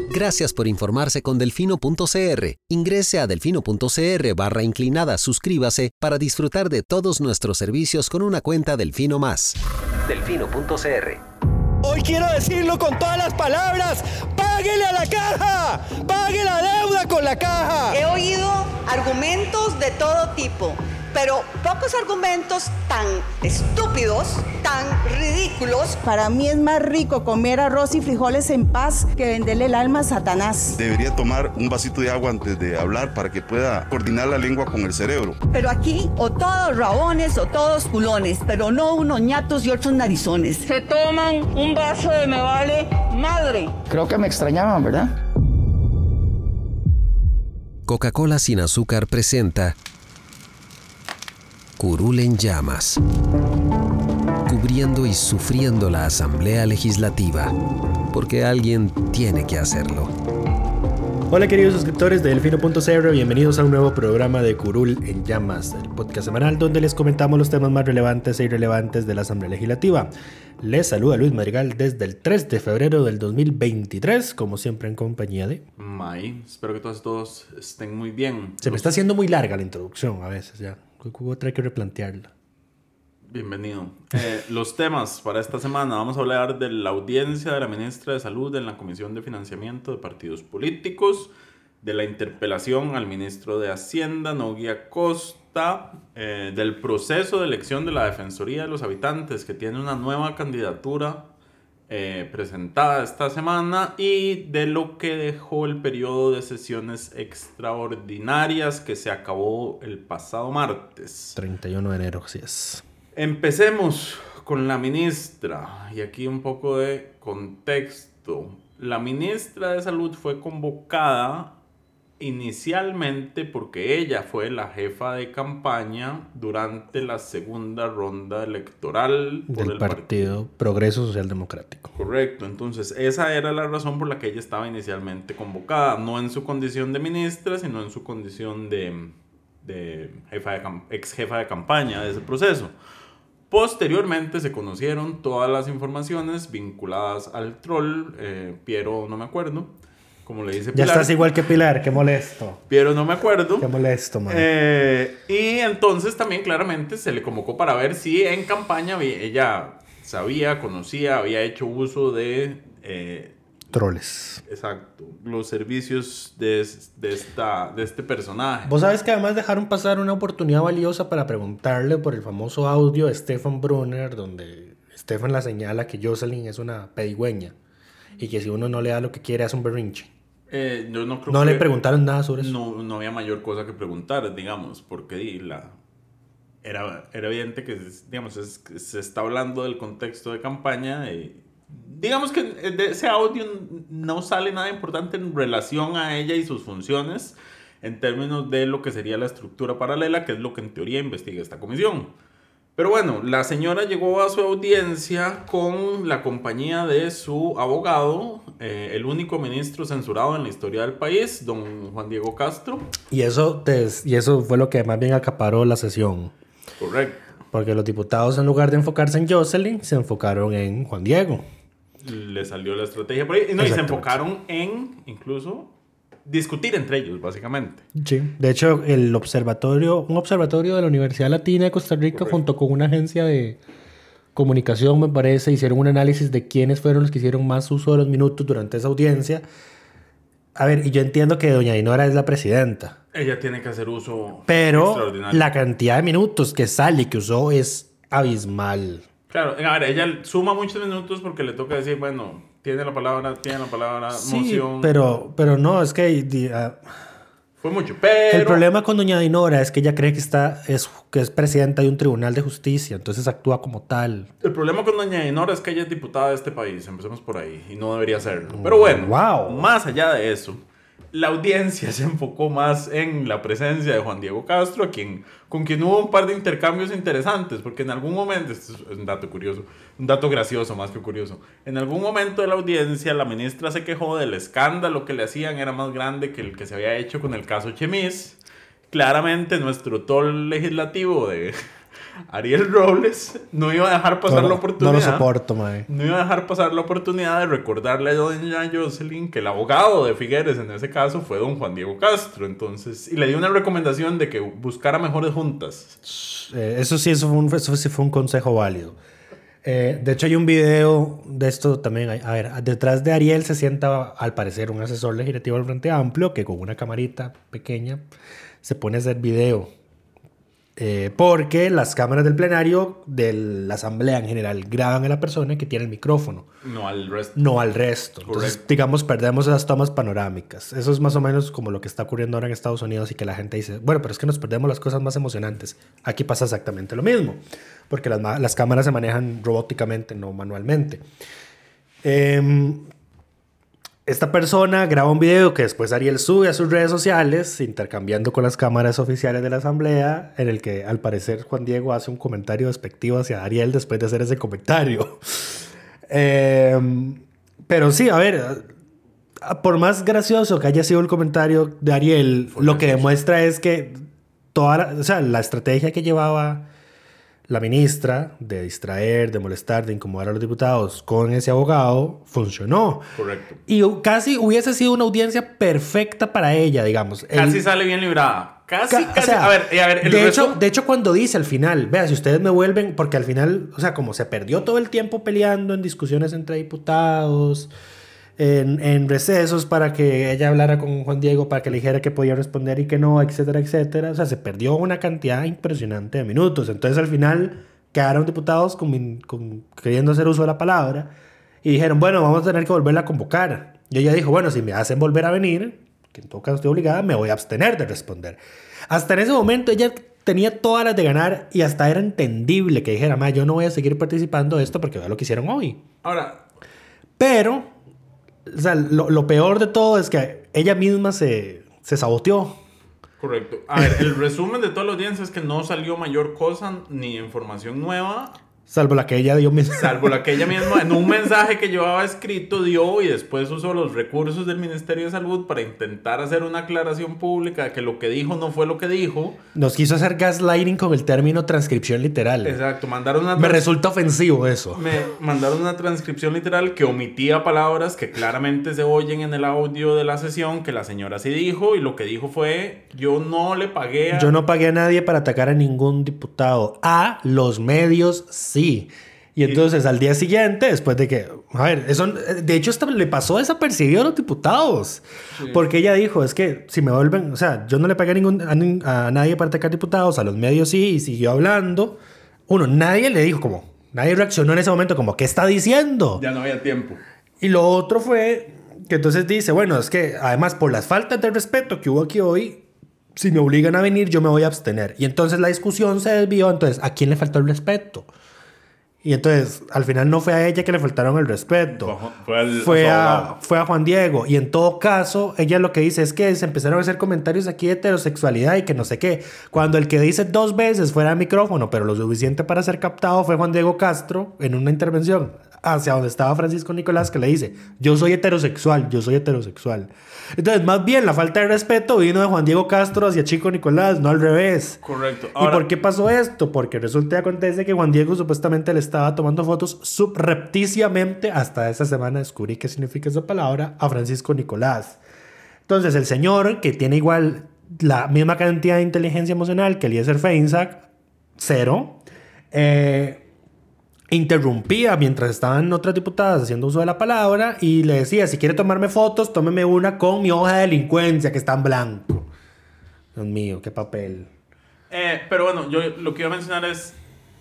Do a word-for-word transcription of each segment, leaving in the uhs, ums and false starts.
Gracias por informarse con delfino.cr. Ingrese a delfino.cr barra inclinada, suscríbase para disfrutar de todos nuestros servicios con una cuenta Delfino Más. delfino.cr. Hoy quiero decirlo con todas las palabras. ¡Páguele a la caja! ¡Pague la deuda con la caja! He oído argumentos de todo tipo, pero pocos argumentos tan estúpidos, tan ridículos. Para mí es más rico comer arroz y frijoles en paz que venderle el alma a Satanás. Debería tomar un vasito de agua antes de hablar para que pueda coordinar la lengua con el cerebro. Pero aquí, o todos rabones o todos culones, pero no unos ñatos y otros narizones. Se toman un vaso de me vale madre. Creo que me extrañaban, ¿verdad? Coca-Cola sin azúcar presenta Curul en llamas, cubriendo y sufriendo la Asamblea Legislativa, porque alguien tiene que hacerlo. Hola queridos suscriptores de delfino.cr, bienvenidos a un nuevo programa de Curul en llamas, el podcast semanal donde les comentamos los temas más relevantes e irrelevantes de la Asamblea Legislativa. Les saluda Luis Madrigal desde el tres de febrero del dos mil veintitrés, como siempre en compañía de... May, espero que todos, todos estén muy bien. Se me está haciendo muy larga la introducción a veces ya. Hay que replantearla. Bienvenido. Eh, los temas para esta semana. Vamos a hablar de la audiencia de la ministra de Salud en la Comisión de Financiamiento de Partidos Políticos, de la interpelación al ministro de Hacienda, Nogui Acosta, eh, del proceso de elección de la Defensoría de los Habitantes, que tiene una nueva candidatura eh, presentada esta semana, y de lo que dejó el periodo de sesiones extraordinarias que se acabó el pasado martes. treinta y uno de enero, así es. Empecemos con la ministra, y aquí un poco de contexto. La ministra de Salud fue convocada inicialmente porque ella fue la jefa de campaña durante la segunda ronda electoral por del el Partido Part- Progreso Social Democrático. Correcto, entonces esa era la razón por la que ella estaba inicialmente convocada, no en su condición de ministra, sino en su condición de, de, jefa de ex jefa de campaña de ese proceso. Posteriormente se conocieron todas las informaciones vinculadas al troll, eh, Piero no me acuerdo, como le dice Pilar. Ya estás igual que Pilar, qué molesto. Piero no me acuerdo. Qué molesto, man. Eh, y entonces también claramente se le convocó para ver si en campaña ella sabía, conocía, había hecho uso de... Eh, troles. Exacto. Los servicios de, de, esta, de este personaje. Vos sabes que además dejaron pasar una oportunidad valiosa para preguntarle por el famoso audio de Stefan Brunner, donde Stefan la señala que Jocelyn es una pedigüeña y que si uno no le da lo que quiere hace un berrinche. Eh, yo no creo no que, le preguntaron nada sobre eso. No, no había mayor cosa que preguntar, digamos, porque la, era, era evidente que digamos, es, se está hablando del contexto de campaña y digamos que de ese audio no sale nada importante en relación a ella y sus funciones en términos de lo que sería la estructura paralela, que es lo que en teoría investiga esta comisión. Pero bueno, la señora llegó a su audiencia con la compañía de su abogado, eh, el único ministro censurado en la historia del país, don Juan Diego Castro. Y eso, te, y eso fue lo que más bien acaparó la sesión. Correcto. Porque los diputados, en lugar de enfocarse en Jocelyn, se enfocaron en Juan Diego. Le salió la estrategia por ahí. No, y se enfocaron en, incluso, discutir entre ellos, básicamente. Sí. De hecho, el observatorio, un observatorio de la Universidad Latina de Costa Rica, correcto, junto con una agencia de comunicación, me parece, hicieron un análisis de quiénes fueron los que hicieron más uso de los minutos durante esa audiencia. A ver, y yo entiendo que doña Dinora es la presidenta. Ella tiene que hacer uso pero extraordinario. La cantidad de minutos que Sally que usó es abismal. Claro, a ver, ella suma muchos minutos porque le toca decir, bueno, tiene la palabra, tiene la palabra, sí, moción. pero, pero no, es que... Uh, fue mucho, pero... El problema con doña Dinora es que ella cree que, está, es, que es presidenta de un tribunal de justicia, entonces actúa como tal. El problema con doña Dinora es que ella es diputada de este país, empecemos por ahí, y no debería serlo. Pero bueno, wow. Más allá de eso, la audiencia se enfocó más en la presencia de Juan Diego Castro, a quien, con quien hubo un par de intercambios interesantes, porque en algún momento, esto es un dato curioso, un dato gracioso más que curioso, en algún momento de la audiencia la ministra se quejó del escándalo que le hacían, era más grande que el que se había hecho con el caso Chemis. Claramente nuestro tol legislativo de Ariel Robles no iba a dejar pasar no, la oportunidad. No lo soporto, mae. No iba a dejar pasar la oportunidad de recordarle a doña Jocelyn que el abogado de Figueres en ese caso fue don Juan Diego Castro. Entonces, y le dio una recomendación de que buscara mejores juntas. Eh, eso sí, eso fue, un, eso sí fue un consejo válido. Eh, de hecho, hay un video de esto también. A ver, detrás de Ariel se sienta, al parecer, un asesor legislativo del Frente Amplio que con una camarita pequeña se pone a hacer video. Eh, porque las cámaras del plenario de la asamblea en general graban a la persona que tiene el micrófono. No al resto. No al resto. Entonces, Correcto. digamos, perdemos esas tomas panorámicas. Eso es más o menos como lo que está ocurriendo ahora en Estados Unidos y que la gente dice, bueno, pero es que nos perdemos las cosas más emocionantes. Aquí pasa exactamente lo mismo, porque las, las cámaras se manejan robóticamente, no manualmente. Eh, Esta persona graba un video que después Ariel sube a sus redes sociales, intercambiando con las cámaras oficiales de la asamblea, en el que al parecer Juan Diego hace un comentario despectivo hacia Ariel después de hacer ese comentario. eh, pero sí, a ver, por más gracioso que haya sido el comentario de Ariel, Fue lo gracioso. que demuestra es que toda la, o sea, la estrategia que llevaba la ministra de distraer, de molestar, de incomodar a los diputados con ese abogado, funcionó. Correcto. Y casi hubiese sido una audiencia perfecta para ella, digamos. Casi el, sale bien librada. Casi, ca- casi. O sea, a ver, a ver el de, resto... hecho, de hecho, cuando dice al final, vea, si ustedes me vuelven, porque al final, o sea, como se perdió todo el tiempo peleando en discusiones entre diputados, en, en recesos para que ella hablara con Juan Diego, para que le dijera que podía responder y que no, etcétera, etcétera. O sea, se perdió una cantidad impresionante de minutos. Entonces, al final, quedaron diputados con, con, queriendo hacer uso de la palabra y dijeron, bueno, vamos a tener que volverla a convocar. Y ella dijo, bueno, si me hacen volver a venir, que en todo caso estoy obligada, me voy a abstener de responder. Hasta en ese momento ella tenía todas las de ganar y hasta era entendible que dijera, ma, yo no voy a seguir participando de esto porque vea lo que hicieron hoy. Ahora... Pero, o sea, lo, lo peor de todo es que ella misma se, se saboteó. Correcto. A ver, el resumen de toda la audiencia es que no salió mayor cosa ni información nueva. Salvo la que ella dio misma. Salvo la que ella misma en un mensaje que llevaba escrito dio y después usó los recursos del Ministerio de Salud para intentar hacer una aclaración pública de que lo que dijo no fue lo que dijo. Nos quiso hacer gaslighting con el término transcripción literal. Exacto. Mandaron una Me trans... resulta ofensivo eso. Me mandaron una transcripción literal que omitía palabras que claramente se oyen en el audio de la sesión que la señora sí dijo y lo que dijo fue yo no le pagué a... Yo no pagué a nadie para atacar a ningún diputado. A los medios sí. Y entonces al día siguiente, después de que... A ver, eso, de hecho hasta le pasó desapercibido a los diputados. Sí. Porque ella dijo, es que si me vuelven... O sea, yo no le pagué a, ningún, a, a nadie para atacar diputados, a los medios sí, y siguió hablando. Uno, nadie le dijo como... Nadie reaccionó en ese momento como, ¿qué está diciendo? Ya no había tiempo. Y lo otro fue que entonces dice, bueno, es que además por las faltas de respeto que hubo aquí hoy, si me obligan a venir, yo me voy a abstener. Y entonces la discusión se desvió. Entonces, ¿a quién le faltó el respeto? Y entonces, al final no fue a ella que le faltaron el respeto. Fue, al, fue, a, fue a Juan Diego. Y en todo caso, ella lo que dice es que se empezaron a hacer comentarios aquí de heterosexualidad y que no sé qué. Cuando el que dice dos veces fuera el micrófono, pero lo suficiente para ser captado, fue Juan Diego Castro en una intervención hacia donde estaba Francisco Nicolás, que le dice, yo soy heterosexual, yo soy heterosexual. Entonces, más bien, la falta de respeto vino de Juan Diego Castro hacia Chico Nicolás, no al revés. Correcto. Ahora, ¿y por qué pasó esto? Porque resulta y acontece que Juan Diego supuestamente le estaba tomando fotos subrepticiamente, hasta esa semana descubrí qué significa esa palabra, a Francisco Nicolás. Entonces, el señor, que tiene igual la misma cantidad de inteligencia emocional que Eliezer Feinsack, cero, eh... interrumpía mientras estaban otras diputadas haciendo uso de la palabra y le decía, si quiere tomarme fotos, tómeme una con mi hoja de delincuencia que está en blanco. Dios mío, qué papel. Eh, pero bueno, yo lo que iba a mencionar es,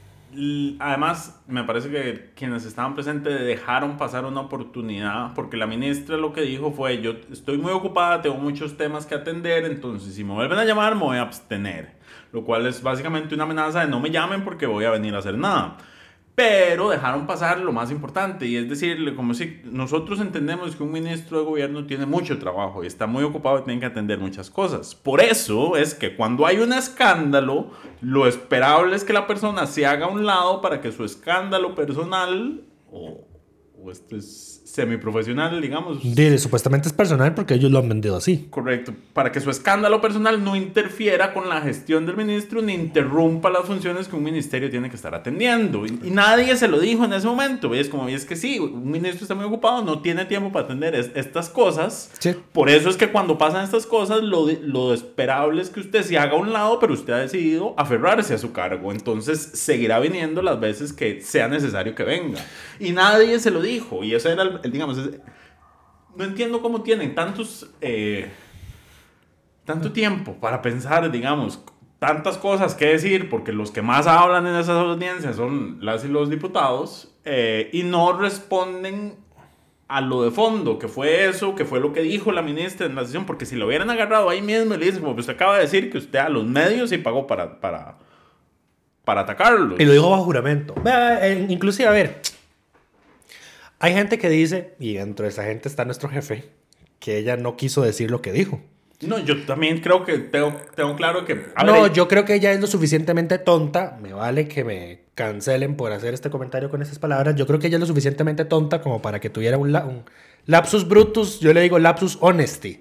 además, me parece que quienes estaban presentes dejaron pasar una oportunidad, porque la ministra lo que dijo fue, yo estoy muy ocupada, tengo muchos temas que atender, entonces si me vuelven a llamar me voy a abstener. Lo cual es básicamente una amenaza de no me llamen porque voy a venir a hacer nada. Pero dejaron pasar lo más importante, y es decir, como si nosotros entendemos que un ministro de gobierno tiene mucho trabajo y está muy ocupado y tiene que atender muchas cosas. Por eso es que cuando hay un escándalo, lo esperable es que la persona se haga a un lado para que su escándalo personal o, o esto es semiprofesional, digamos. Dile, supuestamente es personal porque ellos lo han vendido así. Correcto. Para que su escándalo personal no interfiera con la gestión del ministro ni interrumpa las funciones que un ministerio tiene que estar atendiendo. Y, y nadie se lo dijo en ese momento. Y es como, y es que sí, un ministro está muy ocupado, no tiene tiempo para atender es, estas cosas. Sí. Por eso es que cuando pasan estas cosas, lo, lo esperable es que usted se haga a un lado, pero usted ha decidido aferrarse a su cargo. Entonces seguirá viniendo las veces que sea necesario que venga. Y nadie se lo dijo. Y eso era el, el digamos, es, no entiendo cómo tienen tantos, eh, tanto tiempo para pensar, digamos, tantas cosas que decir, porque los que más hablan en esas audiencias son las y los diputados, eh, y no responden a lo de fondo, que fue eso, que fue lo que dijo la ministra en la sesión, porque si lo hubieran agarrado ahí mismo y le dicen, como usted acaba de decir, que usted a los medios sí pagó para, para, para atacarlos. Y lo dijo bajo juramento. Inclusive, a ver, hay gente que dice, y dentro de esa gente está nuestro jefe, que ella no quiso decir lo que dijo. No, yo también creo que tengo, tengo claro que... No, ver, yo creo que ella es lo suficientemente tonta. Me vale que me cancelen por hacer este comentario con esas palabras. Yo creo que ella es lo suficientemente tonta como para que tuviera un, la, un lapsus brutus. Yo le digo lapsus honesty.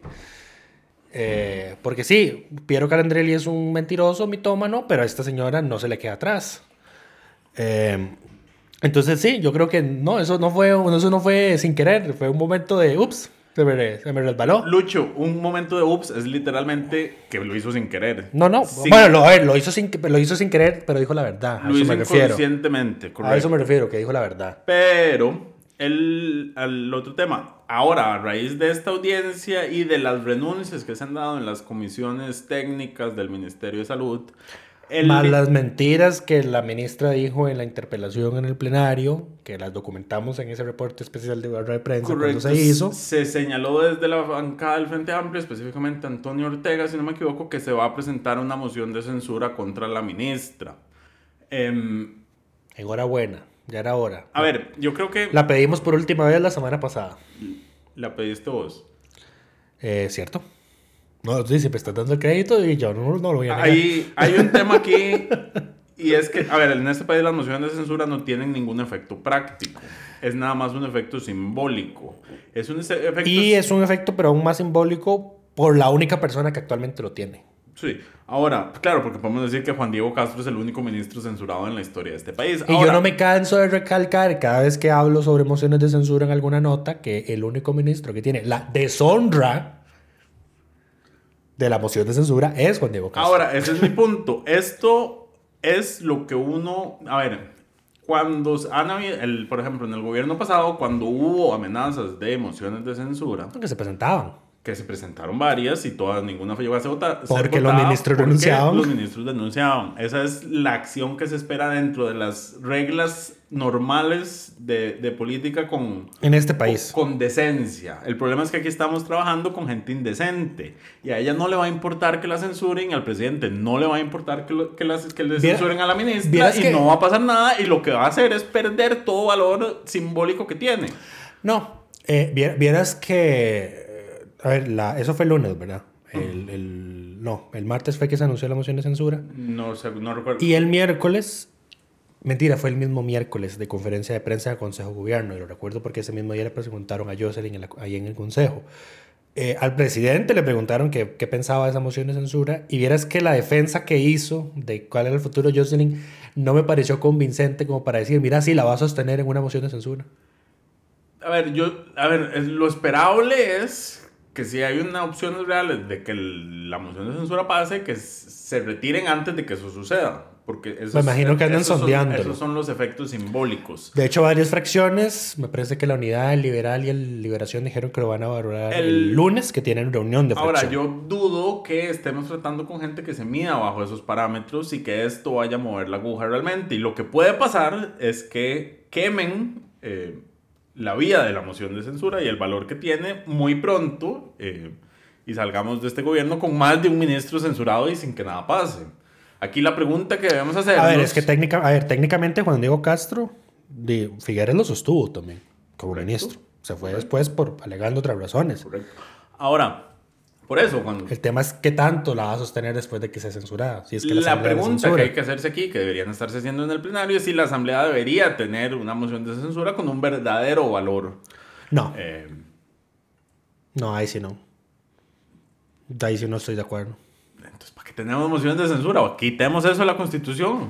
Eh, porque sí, Piero Calandrelli es un mentiroso, mitómano, pero a esta señora no se le queda atrás. Eh, entonces sí, yo creo que no, eso no fue, eso no fue sin querer. Fue un momento de ups. Se me, se me resbaló. Lucho, un momento de ups es literalmente que lo hizo sin querer. No, no. Sin... Bueno, lo, a ver, lo hizo, sin, lo hizo sin querer, pero dijo la verdad. A lo eso hizo me refiero. inconscientemente, correcto. A eso me refiero, que dijo la verdad. Pero, el, el otro tema. Ahora, a raíz de esta audiencia y de las renuncias que se han dado en las comisiones técnicas del Ministerio de Salud... El... Más las mentiras que la ministra dijo en la interpelación en el plenario, que las documentamos en ese reporte especial de barra de prensa. Correcto. Cuando se hizo. Se señaló desde la bancada del Frente Amplio, específicamente Antonio Ortega, si no me equivoco, que se va a presentar una moción de censura contra la ministra. Eh, Enhorabuena, ya era hora. A ver, yo creo que... La pedimos por última vez la semana pasada. ¿La pediste vos? Eh, ¿Cierto? No, sí, siempre estás dando el crédito y yo no, no lo voy a negar. Hay, hay un tema aquí, y es que, a ver, en este país las mociones de censura no tienen ningún efecto práctico. Es nada más un efecto simbólico. Es un efecto... Y es un efecto, pero aún más simbólico por la única persona que actualmente lo tiene. Sí. Ahora, claro, porque podemos decir que Juan Diego Castro es el único ministro censurado en la historia de este país. Y Ahora, yo no me canso de recalcar cada vez que hablo sobre mociones de censura en alguna nota que el único ministro que tiene la deshonra de la moción de censura es Juan Diego Castro. Ahora, ese es mi punto. Esto es lo que uno... A ver, cuando han habido... El, por ejemplo, en el gobierno pasado, cuando hubo amenazas de mociones de censura... Que se presentaban. Que se presentaron varias y todas, ninguna llegó a ser votada. Porque los ministros renunciaban. Los ministros denunciaban. Esa es la acción que se espera dentro de las reglas normales de, de política con... En este país. Con, con decencia. El problema es que aquí estamos trabajando con gente indecente. Y a ella no le va a importar que la censuren, y al presidente no le va a importar que, lo, que, las, que le censuren a la ministra. Y que... no va a pasar nada. Y lo que va a hacer es perder todo valor simbólico que tiene. No. Eh, vieras que... A ver, la, eso fue el lunes, ¿verdad? El, el, no, el martes fue que se anunció la moción de censura. No, no recuerdo. Y el miércoles, mentira, fue el mismo miércoles de conferencia de prensa del Consejo de Gobierno. Y lo recuerdo porque ese mismo día le preguntaron a Jocelyn en la, ahí en el Consejo. Eh, al presidente le preguntaron qué, qué pensaba de esa moción de censura. Y vieras que la defensa que hizo de cuál era el futuro de Jocelyn no me pareció convincente como para decir, mira, sí, la va a sostener en una moción de censura. A ver, yo, a ver, lo esperable es... que si hay una opción real de que el, la moción de censura pase, que se retiren antes de que eso suceda. Porque esos, me imagino que andan esos sondeándolo. Son, esos son los efectos simbólicos. De hecho, varias fracciones, me parece que la Unidad, el Liberal y el Liberación dijeron que lo van a valorar el, el lunes, que tienen reunión de fracción. Ahora, yo dudo que estemos tratando con gente que se mida bajo esos parámetros y que esto vaya a mover la aguja realmente. Y lo que puede pasar es que quemen... Eh, la vía de la moción de censura y el valor que tiene muy pronto eh, y salgamos de este gobierno con más de un ministro censurado y sin que nada pase. Aquí la pregunta que debemos hacer... A ver, es que técnica, a ver, técnicamente Juan Diego Castro, de, Figueres lo sostuvo también como Correcto. ministro. Se fue Correcto. después por alegando otras razones. Correcto. Ahora, Por eso, cuando... El tema es qué tanto la va a sostener después de que sea censurada. Si es que la, la pregunta censura. que hay que hacerse aquí, que deberían estarse haciendo en el plenario, es si la Asamblea debería tener una moción de censura con un verdadero valor. No. Eh, no, ahí sí no. Ahí sí no estoy de acuerdo. Entonces, ¿para qué tenemos mociones de censura? O quitemos eso de la Constitución.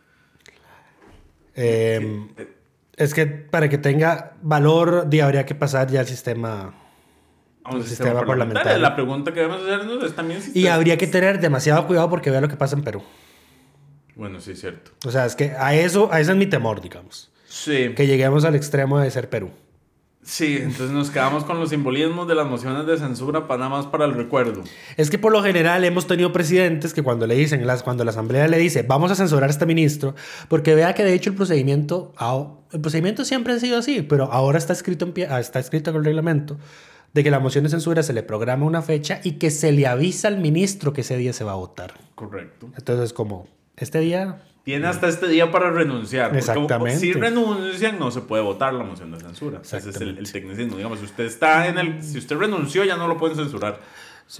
Eh, es que para que tenga valor, habría que pasar ya al sistema... A un el sistema, sistema parlamentario. parlamentario. La pregunta que debemos hacernos es también si... Y usted... habría que tener demasiado cuidado porque vea lo que pasa en Perú. Bueno, sí, es cierto. O sea, es que a eso, a ese es mi temor, digamos. Sí. Que lleguemos al extremo de ser Perú. Sí, entonces nos quedamos con los simbolismos de las mociones de censura para nada más para el recuerdo. Es que por lo general hemos tenido presidentes que cuando le dicen, las, cuando la asamblea le dice, vamos a censurar a este ministro, porque vea que de hecho el procedimiento, el procedimiento siempre ha sido así, pero ahora está escrito en pie, está escrito en el reglamento de que la moción de censura se le programa una fecha y que se le avisa al ministro que ese día se va a votar. Correcto. Entonces, como este día... Tiene hasta este día para renunciar. Exactamente. Si renuncian, no se puede votar la moción de censura. Ese es el, el tecnicismo. Digamos, si usted está en el... Si usted renunció, ya no lo pueden censurar. Sí.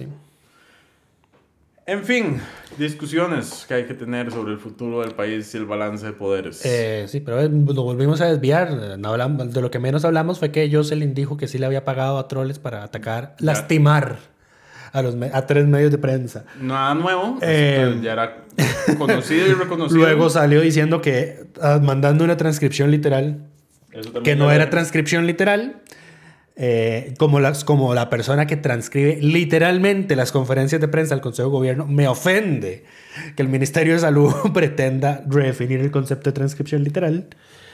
En fin, discusiones que hay que tener sobre el futuro del país y el balance de poderes. Eh, sí, pero lo volvimos a desviar. No hablamos, de lo que menos hablamos fue que Jocelyn dijo que sí le había pagado a troles para atacar, ya. lastimar a, los, a tres medios de prensa. Nada nuevo. Eh, ya era conocido y reconocido. Luego salió diciendo que, uh, mandando una transcripción literal, que no era transcripción literal, eh, como, las, como la persona que transcribe literalmente las conferencias de prensa del Consejo de Gobierno, me ofende que el Ministerio de Salud pretenda redefinir el concepto de transcripción literal.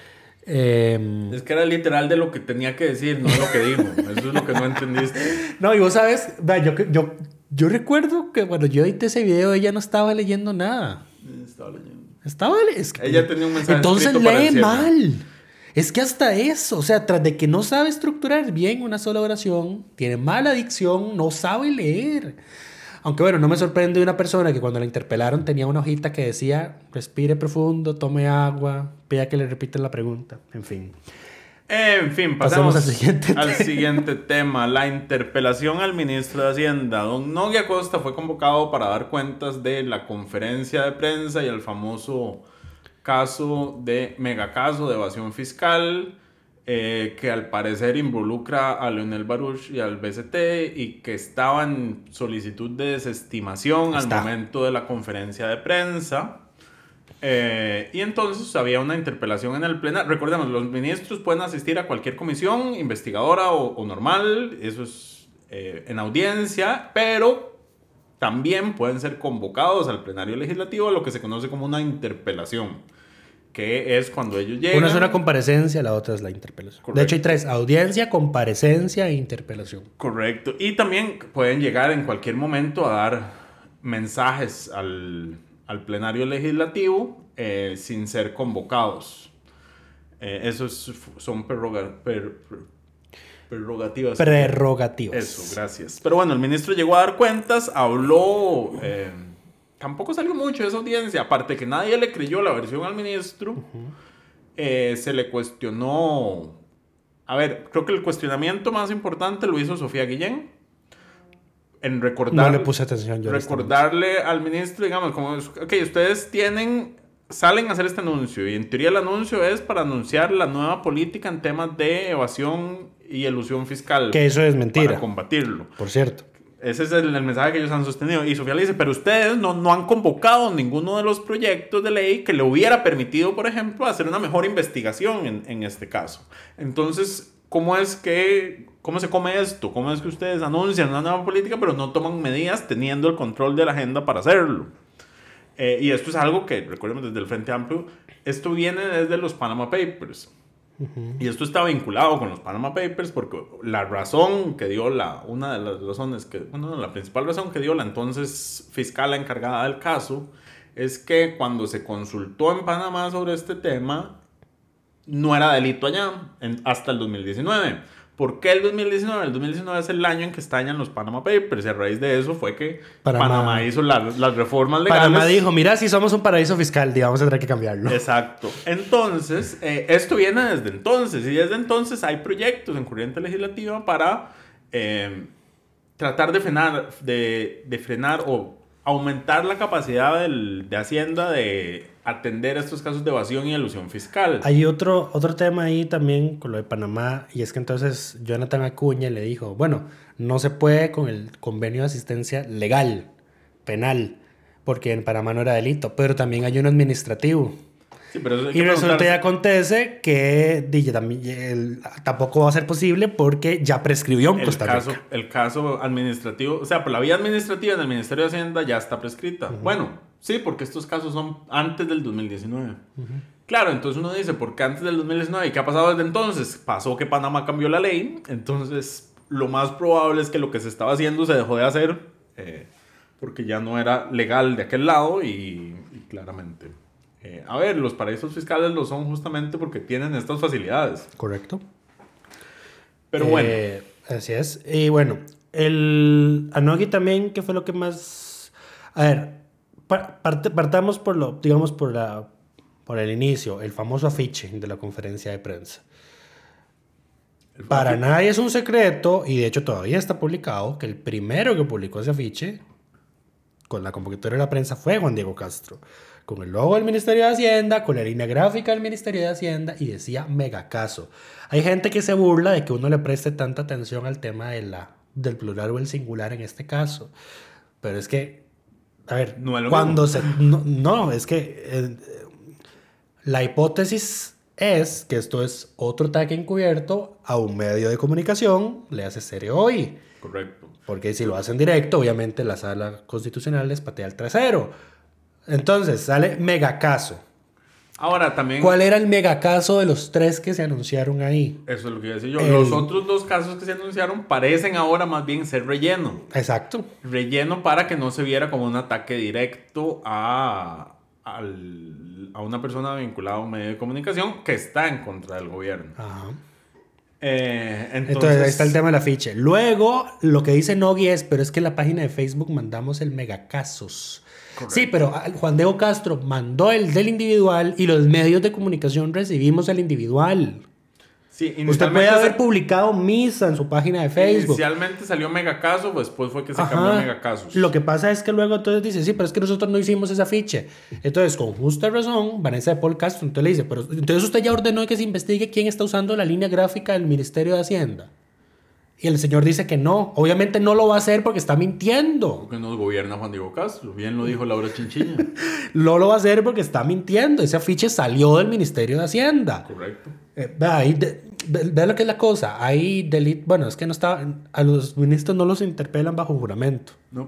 Eh, es que era literal de lo que tenía que decir, no de lo que dijo. Eso es lo que no entendiste. No, y vos sabes, yo, yo, yo recuerdo que cuando yo edité ese video, ella no estaba leyendo nada. Estaba leyendo. Estaba es que, ella tenía un mensaje. Entonces lee mal. Es que hasta eso, o sea, tras de que no sabe estructurar bien una sola oración, tiene mala dicción, no sabe leer. Aunque bueno, no me sorprende una persona que cuando la interpelaron tenía una hojita que decía, respire profundo, tome agua, pida que le repiten la pregunta, en fin. En fin, pasamos, pasamos al, siguiente, al siguiente tema. La interpelación al ministro de Hacienda. Don Nogui Acosta fue convocado para dar cuentas de la conferencia de prensa y el famoso caso de megacaso de evasión fiscal, eh, que al parecer involucra a Leonel Baruch y al B C T y que estaba en solicitud de desestimación Está. al momento de la conferencia de prensa. Eh, y entonces había una interpelación en el pleno. Recordemos, los ministros pueden asistir a cualquier comisión investigadora o, o normal, eso es eh, en audiencia, pero también pueden ser convocados al plenario legislativo a lo que se conoce como una interpelación, que es cuando ellos llegan... Una es una comparecencia, la otra es la interpelación. Correcto. De hecho hay tres, audiencia, comparecencia e interpelación. Correcto. Y también pueden llegar en cualquier momento a dar mensajes al, al plenario legislativo eh, sin ser convocados. Eh, esos son prerroga, per, per, prerrogativas. Prerrogativas. Eso, gracias. Pero bueno, el ministro llegó a dar cuentas, habló... Eh, tampoco salió mucho de esa audiencia, aparte que nadie le creyó la versión al ministro. Uh-huh. eh, se le cuestionó... A ver, creo que el cuestionamiento más importante lo hizo Sofía Guillén. En recordar, no le puse atención yo. Recordarle al ministro, digamos, como, ok, ustedes tienen, salen a hacer este anuncio, y en teoría el anuncio es para anunciar la nueva política en temas de evasión y elusión fiscal. Que eso es mentira. Para combatirlo. Por cierto. Ese es el, el mensaje que ellos han sostenido. Y Sofía le dice, pero ustedes no, no han convocado ninguno de los proyectos de ley que le hubiera permitido, por ejemplo, hacer una mejor investigación en, en este caso. Entonces, ¿cómo es que, cómo se come esto? ¿Cómo es que ustedes anuncian una nueva política pero no toman medidas teniendo el control de la agenda para hacerlo? Eh, y esto es algo que, recordemos, desde el Frente Amplio, esto viene desde los Panama Papers. Uh-huh. Y esto está vinculado con los Panama Papers porque la razón que dio la, una de las razones que, bueno, la principal razón que dio la entonces fiscal encargada del caso es que cuando se consultó en Panamá sobre este tema no era delito allá en, hasta el dos mil diecinueve. ¿Por qué el dos mil diecinueve? El dos mil diecinueve es el año en que estallan los Panama Papers y a raíz de eso fue que Panamá, Panamá hizo la, las reformas legales. Panamá dijo, mira, si somos un paraíso fiscal, digamos, tendrá que cambiarlo. Exacto. Entonces, eh, esto viene desde entonces y desde entonces hay proyectos en corriente legislativa para eh, tratar de frenar, de, de frenar o aumentar la capacidad del, de Hacienda de atender estos casos de evasión y elusión fiscal. Hay otro, otro tema ahí también con lo de Panamá, y es que entonces Jonathan Acuña le dijo, bueno, no se puede con el convenio de asistencia legal, penal, porque en Panamá no era delito, pero también hay uno administrativo. Sí, pero y resulta y acontece que dije, también, el, tampoco va a ser posible porque ya prescribió en el Costa Rica. Caso, el caso administrativo, o sea, por la vía administrativa en el Ministerio de Hacienda ya está prescrita. Uh-huh. Bueno, sí, porque estos casos son antes del dos mil diecinueve. Uh-huh. Claro, entonces uno dice, ¿por qué antes del dos mil diecinueve? ¿Y qué ha pasado desde entonces? Pasó que Panamá cambió la ley, entonces lo más probable es que lo que se estaba haciendo se dejó de hacer eh, porque ya no era legal de aquel lado y, y claramente... Eh, a ver, los paraísos fiscales lo son justamente porque tienen estas facilidades. Correcto. Pero bueno. Eh, así es. Y bueno, el Anogi también, ¿qué fue lo que más...? A ver, part, partamos por lo, digamos, por, la, por el inicio, el famoso afiche de la conferencia de prensa. Para nadie es un secreto, y de hecho todavía está publicado, que el primero que publicó ese afiche con la convocatoria de la prensa fue Juan Diego Castro, con el logo del Ministerio de Hacienda, con la línea gráfica del Ministerio de Hacienda, y decía megacaso. Hay gente que se burla de que uno le preste tanta atención al tema de la, del plural o el singular en este caso, pero es que, a ver, no es cuando se... No, no, es que eh, la hipótesis es que esto es otro ataque encubierto a un medio de comunicación, le hace serio hoy. Correcto. Porque si lo hacen directo, obviamente la sala constitucional les patea el trasero. Entonces, sale megacaso. Ahora también... ¿Cuál era el megacaso de los tres que se anunciaron ahí? Eso es lo que iba a decir yo. El... Los otros dos casos que se anunciaron parecen ahora más bien ser relleno. Exacto. Relleno para que no se viera como un ataque directo a, al, a una persona vinculada a un medio de comunicación que está en contra del gobierno. Ajá. Eh, entonces... entonces ahí está el tema del afiche. Luego, lo que dice Nogui es, pero es que en la página de Facebook mandamos el megacasos. Correcto. Sí, pero Juan Diego Castro mandó el del individual y los medios de comunicación recibimos el individual. Sí, usted puede haber publicado misa en su página de Facebook. Inicialmente salió megacaso, pues después fue que se Ajá. cambió a megacasos. Lo que pasa es que luego entonces dice, sí, pero es que nosotros no hicimos ese afiche. Entonces, con justa razón, Vanessa de Paul Castro entonces le dice, pero entonces usted ya ordenó que se investigue quién está usando la línea gráfica del Ministerio de Hacienda. Y el señor dice que no. Obviamente no lo va a hacer porque está mintiendo. Porque nos gobierna Juan Diego Castro. Bien lo dijo Laura Chinchilla. No lo va a hacer porque está mintiendo. Ese afiche salió del Ministerio de Hacienda. Correcto. Eh, vea, ahí de, ve, ve lo que es la cosa. Ahí delito. Bueno, es que no está. A los ministros no los interpelan bajo juramento. No.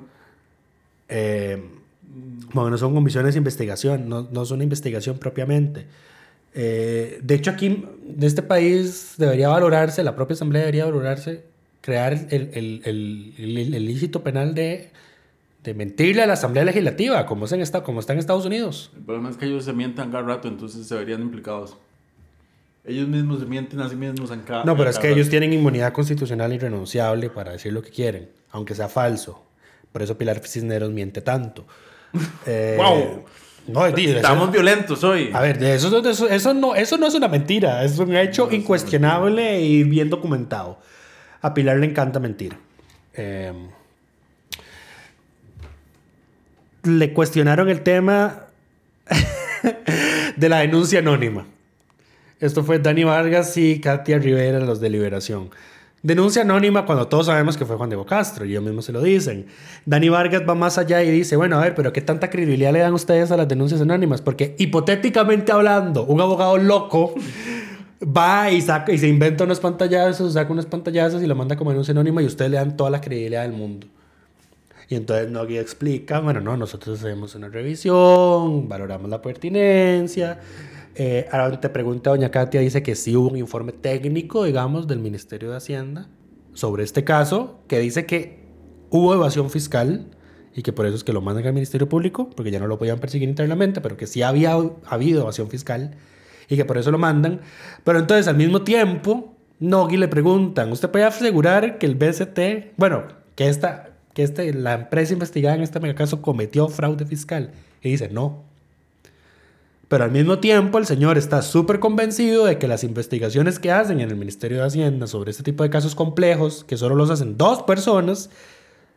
Eh, bueno, no son comisiones de investigación. No, no son investigación propiamente. Eh, de hecho, aquí, en este país, debería valorarse, la propia Asamblea debería valorarse. Crear el, el, el, el, el ilícito penal de, de mentirle a la Asamblea Legislativa, como, es en esta, como está en Estados Unidos. El problema es que ellos se mienten cada rato, entonces se verían implicados. Ellos mismos se mienten a sí mismos en cada No, pero en es cada que rato. ellos tienen inmunidad constitucional irrenunciable para decir lo que quieren, aunque sea falso. Por eso Pilar Cisneros miente tanto. eh, ¡Wow! No, Estamos eso, violentos hoy. A ver, eso, eso, eso, no, eso no es una mentira, es un hecho no, incuestionable y bien documentado. A Pilar le encanta mentir. Eh, le cuestionaron el tema de la denuncia anónima. Esto fue Dani Vargas y Katia Rivera, los de Liberación. Denuncia anónima cuando todos sabemos que fue Juan Diego Castro, y ellos mismos se lo dicen. Dani Vargas va más allá y dice, bueno, a ver, pero ¿qué tanta credibilidad le dan ustedes a las denuncias anónimas? Porque hipotéticamente hablando, un abogado loco va y, saca, y se inventa unos pantallazos, saca unos pantallazos y lo manda como denuncia anónima y ustedes le dan toda la credibilidad del mundo. Y entonces Nogui explica, bueno, no, nosotros hacemos una revisión, valoramos la pertinencia. Eh, ahora te pregunta doña Katia, dice que sí hubo un informe técnico, digamos, del Ministerio de Hacienda sobre este caso, que dice que hubo evasión fiscal y que por eso es que lo mandan al Ministerio Público, porque ya no lo podían perseguir internamente, pero que sí había habido evasión fiscal y que por eso lo mandan. Pero entonces, al mismo tiempo, Nogui le preguntan, ¿usted puede asegurar que el B C T, bueno, que, esta, que este, la empresa investigada en este megacaso cometió fraude fiscal? Y dice, no. Pero al mismo tiempo, el señor está súper convencido de que las investigaciones que hacen en el Ministerio de Hacienda sobre este tipo de casos complejos, que solo los hacen dos personas,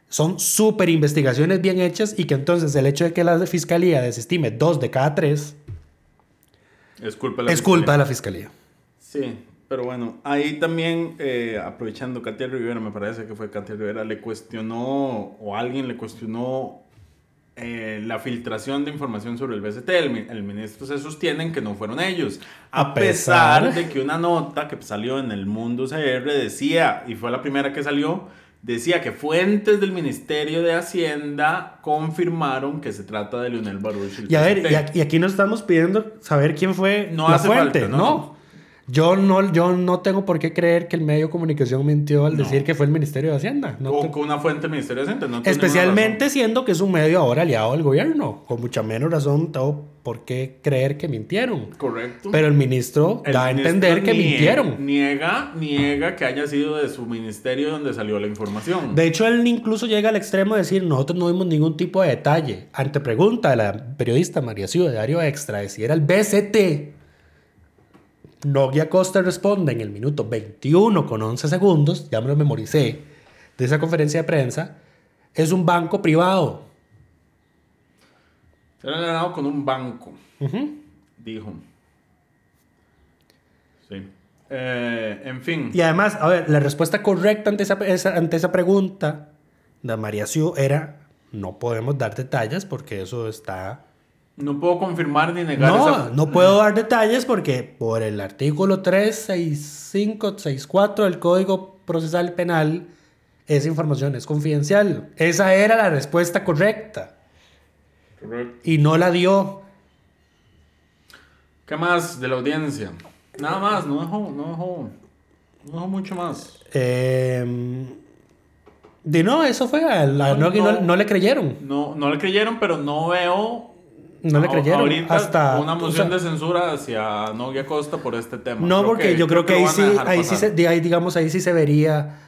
son súper investigaciones bien hechas y que entonces el hecho de que la fiscalía desestime dos de cada tres es culpa de la, es culpa de la fiscalía. Sí, pero bueno, ahí también, eh, aprovechando, Katia Rivera, me parece que fue Katia Rivera, le cuestionó, o alguien le cuestionó eh, la filtración de información sobre el B C T. El, el ministro se sostienen que no fueron ellos, a, a pesar, pesar de que una nota que salió en el Mundo C R decía, y fue la primera que salió, decía que fuentes del Ministerio de Hacienda confirmaron que se trata de Leonel Baruch. Y a ver, y, a, y aquí nos estamos pidiendo saber quién fue no la hace fuente, falta, ¿no? no. Yo no, yo no tengo por qué creer que el medio de comunicación mintió al no. decir que fue el Ministerio de Hacienda. No o te... con una fuente del Ministerio de Hacienda. No Especialmente siendo que es un medio ahora aliado al gobierno. Con mucha menos razón tengo por qué creer que mintieron. Correcto. Pero el ministro el da a ministro entender que niega, mintieron. Niega, niega que haya sido de su ministerio donde salió la información. De hecho, él incluso llega al extremo de decir, nosotros no vimos ningún tipo de detalle. Ante pregunta de la periodista María Ciudad de Diario Extra de si era el B C T... Nogui Acosta responde en el minuto veintiuno con once segundos, ya me lo memoricé, de esa conferencia de prensa, es un banco privado. Se lo han ganado con un banco, uh-huh. dijo. Sí. Eh, en fin. Y además, a ver, la respuesta correcta ante esa, esa, ante esa pregunta de María Ciu era, no podemos dar detalles porque eso está... No puedo confirmar ni negar no, esa... No puedo dar detalles porque por el artículo trescientos sesenta y cinco, sesenta y cuatro del Código Procesal Penal, esa información es confidencial. Esa era la respuesta correcta. Correcto. Y no la dio. ¿Qué más de la audiencia? Nada más, no dejó, no dejó, no dejó mucho más. Eh, de no, eso fue a la no, no, no, no le creyeron. No, no le creyeron, pero no veo... No le creyeron. Ahorita hasta una moción o sea, de censura hacia Nogui Acosta por este tema. No, creo porque que, yo creo, creo que, que ahí sí, ahí sí se, ahí, digamos, ahí sí se vería.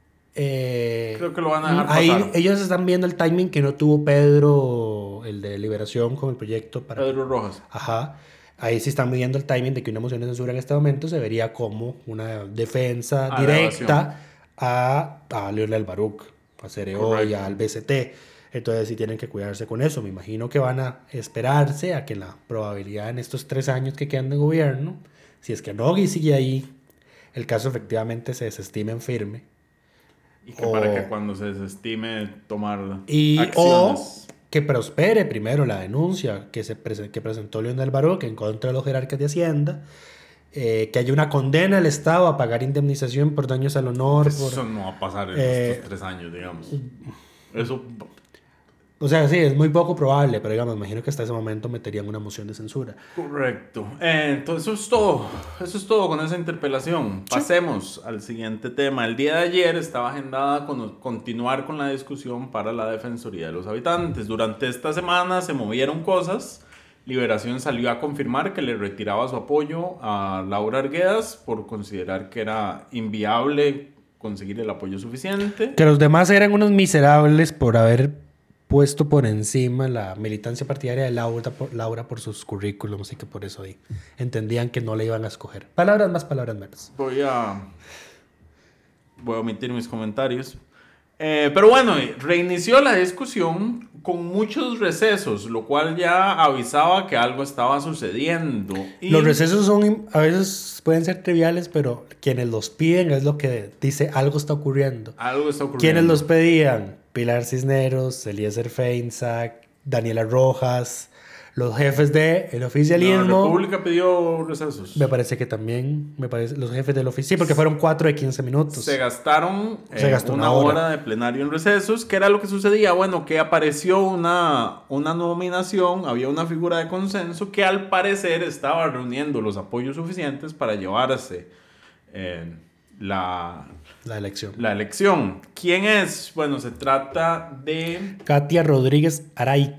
Eh, creo que lo van a dejar ahí pasar. Ellos están viendo el timing que no tuvo Pedro, el de Liberación, con el proyecto para. Pedro Rojas. Ajá. Ahí sí están midiendo el timing de que una moción de censura en este momento se vería como una defensa a directa a, a Leonel Baruch, a Cereo y al B C T. Entonces sí tienen que cuidarse con eso. Me imagino que van a esperarse a que la probabilidad en estos tres años que quedan de gobierno, si es que Nogui sigue ahí, el caso efectivamente se desestime en firme. Y que o, para que cuando se desestime tomar y, acciones. O que prospere primero la denuncia que, se prese, que presentó Leonel Baruch en contra de los jerarcas de Hacienda, eh, que haya una condena al Estado a pagar indemnización por daños al honor. Eso por, no va a pasar en eh, estos tres años, digamos. Eso... O sea, sí, es muy poco probable, pero digamos, me imagino que hasta ese momento meterían una moción de censura. Correcto. Eh, entonces, eso es todo. Eso es todo con esa interpelación. Sí. Pasemos al siguiente tema. El día de ayer estaba agendada con, continuar con la discusión para la Defensoría de los Habitantes. Durante esta semana se movieron cosas. Liberación salió a confirmar que le retiraba su apoyo a Laura Arguedas por considerar que era inviable conseguir el apoyo suficiente. Que los demás eran unos miserables por haber puesto por encima la militancia partidaria de Laura por, Laura por sus currículums y que por eso ahí entendían que no le iban a escoger. Palabras más, palabras menos. Voy a, voy a omitir mis comentarios. Eh, pero bueno, reinició la discusión con muchos recesos, lo cual ya avisaba que algo estaba sucediendo. Y... Los recesos son, a veces pueden ser triviales, pero quienes los piden es lo que dice algo está ocurriendo. Algo está ocurriendo. Quienes los pedían, Pilar Cisneros, Eliezer Feinsack, Daniela Rojas, los jefes del oficialismo. La República pidió recesos. Me parece que también, me parece, los jefes del oficialismo, sí, porque fueron cuatro de quince minutos. Se gastaron Se eh, gastó una, una hora. hora de plenario en recesos. ¿Qué era lo que sucedía? Bueno, que apareció una, una nominación, había una figura de consenso que al parecer estaba reuniendo los apoyos suficientes para llevarse eh, la... La elección. La elección. ¿Quién es? Bueno, se trata de... Katia Rodríguez Araica.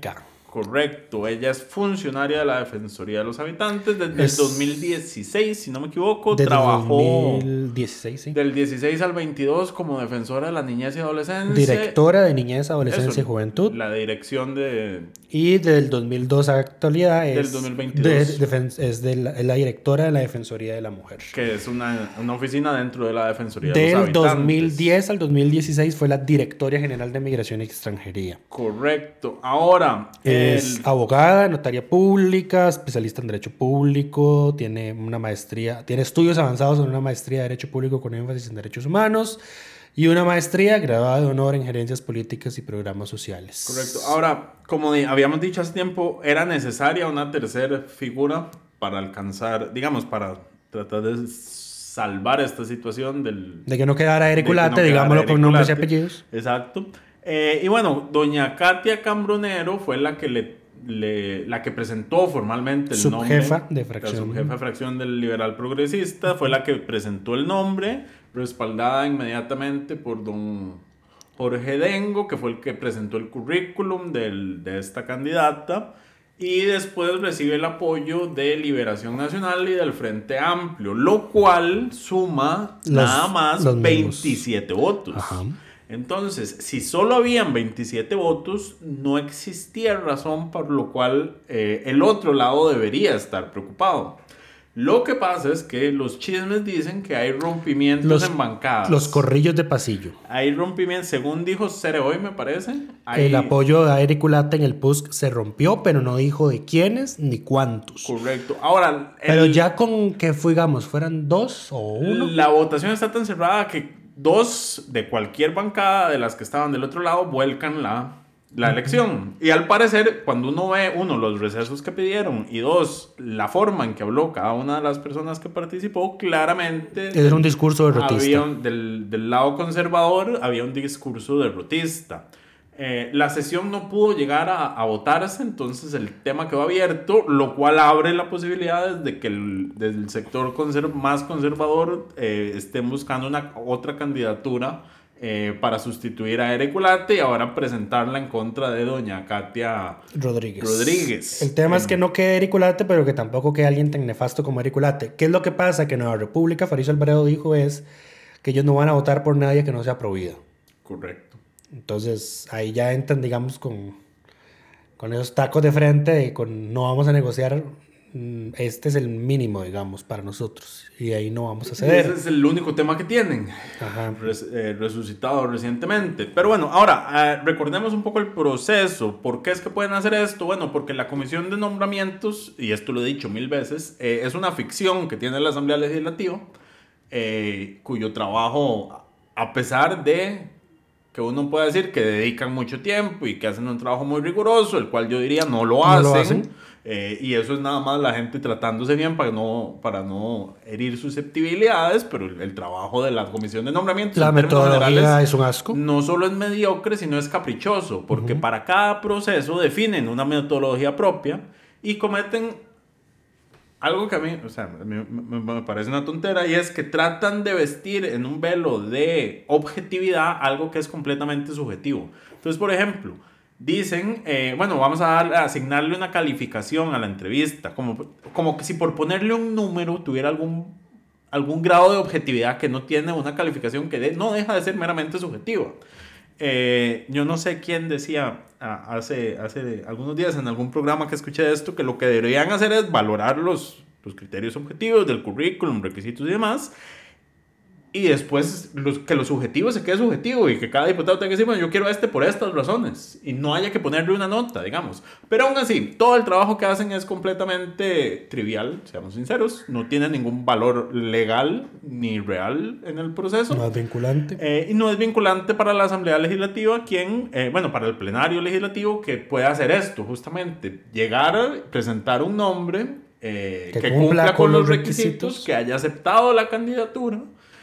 Correcto, ella es funcionaria de la Defensoría de los Habitantes desde es... el dos mil dieciséis, si no me equivoco. Desde trabajó dos mil dieciséis, sí. Del dieciséis al veintidós como defensora de la niñez y adolescencia. Directora de Niñez, Adolescencia Eso, y Juventud. La dirección de... Y del dos mil dos a la actualidad es... Del dos mil veintidós. De, de, es de la, es la directora de la Defensoría de la Mujer. Que es una, una oficina dentro de la Defensoría de los Del Habitantes. dos mil diez al dos mil dieciséis fue la Directora General de Migración y Extranjería. Correcto. Ahora... Es el... abogada, notaria pública, especialista en Derecho Público, tiene una maestría, tiene estudios avanzados en una maestría de Derecho Público con énfasis en Derechos Humanos y una maestría graduada de honor en Gerencias Políticas y Programas Sociales. Correcto. Ahora, como habíamos dicho hace tiempo, era necesaria una tercera figura para alcanzar, digamos, para tratar de salvar esta situación del... De que no quedara Eric Ulate, no digámoslo con nombres y apellidos. Exacto. Eh, y bueno, doña Katia Cambronero fue la que le, le la que presentó formalmente el subjefa nombre. De fracción. La subjefa de fracción del Liberal Progresista, fue la que presentó el nombre, respaldada inmediatamente por don Jorge Dengo, que fue el que presentó el currículum del, de esta candidata, y después recibe el apoyo de Liberación Nacional y del Frente Amplio, lo cual suma los, nada más veintisiete votos. Ajá. Entonces, si solo habían veintisiete votos, no existía razón por lo cual eh, el otro lado debería estar preocupado. Lo que pasa es que los chismes dicen que hay rompimientos los, en bancadas. Los corrillos de pasillo. Hay rompimientos, según dijo Cere hoy, me parece. Hay... El apoyo de Eric Ulate en el P U S C se rompió, pero no dijo de quiénes ni cuántos. Correcto. Ahora... El... Pero ya con que, digamos, fueran dos o uno. La votación está tan cerrada que dos de cualquier bancada de las que estaban del otro lado vuelcan la, la elección. Y al parecer, cuando uno ve, uno, los recesos que pidieron, y dos, la forma en que habló cada una de las personas que participó, claramente... Era un discurso derrotista. Había un, del, del lado conservador había un discurso derrotista. Eh, la sesión no pudo llegar a, a votarse, entonces el tema quedó abierto, lo cual abre la posibilidad de que el, del sector conserv- más conservador eh, estén buscando una otra candidatura eh, para sustituir a Eric Ulate y ahora presentarla en contra de doña Katia Rodríguez. Rodríguez. El tema eh, es que no quede Eric Ulate, pero que tampoco quede alguien tan nefasto como Eric Ulate. ¿Qué es lo que pasa? Que en Nueva República, Fariso Alvarado dijo es que ellos no van a votar por nadie que no sea prohibido. Correcto. Entonces ahí ya entran, digamos, con, con esos tacos de frente y con no vamos a negociar, este es el mínimo, digamos, para nosotros y ahí no vamos a ceder. Ese es el único tema que tienen. Ajá. Res, eh, resucitado recientemente. Pero bueno, ahora eh, recordemos un poco el proceso. ¿Por qué es que pueden hacer esto? Bueno, porque la comisión de nombramientos, y esto lo he dicho mil veces, eh, es una ficción que tiene la Asamblea Legislativa, eh, cuyo trabajo, a pesar de que uno puede decir que dedican mucho tiempo y que hacen un trabajo muy riguroso, el cual yo diría no lo hacen, no lo hacen. Eh, y eso es nada más la gente tratándose bien para no, para no herir susceptibilidades, pero el, el trabajo de la comisión de nombramientos, la metodología es un asco, no solo es mediocre, sino es caprichoso, porque uh-huh. para cada proceso definen una metodología propia y cometen algo que a mí, o sea, me, me, me parece una tontera, y es que tratan de vestir en un velo de objetividad algo que es completamente subjetivo. Entonces, por ejemplo, dicen, eh, bueno, vamos a, dar, a asignarle una calificación a la entrevista, como, como que si por ponerle un número tuviera algún, algún grado de objetividad que no tiene una calificación que de, no deja de ser meramente subjetiva. Eh, yo no sé quién decía ah, hace, hace algunos días en algún programa que escuché esto, que lo que deberían hacer es valorar los, los criterios objetivos del currículum, requisitos y demás, y después los, que lo subjetivo se quede subjetivo y que cada diputado tenga que decir, bueno, yo quiero a este por estas razones, y no haya que ponerle una nota, digamos. Pero aún así, todo el trabajo que hacen es completamente trivial, seamos sinceros, no tiene ningún valor legal ni real en el proceso. No es vinculante. Eh, y no es vinculante para la Asamblea Legislativa, quien, eh, bueno, para el plenario legislativo que puede hacer esto, justamente, llegar, presentar un nombre eh, que, que cumpla, cumpla con, con los requisitos, requisitos, que haya aceptado la candidatura,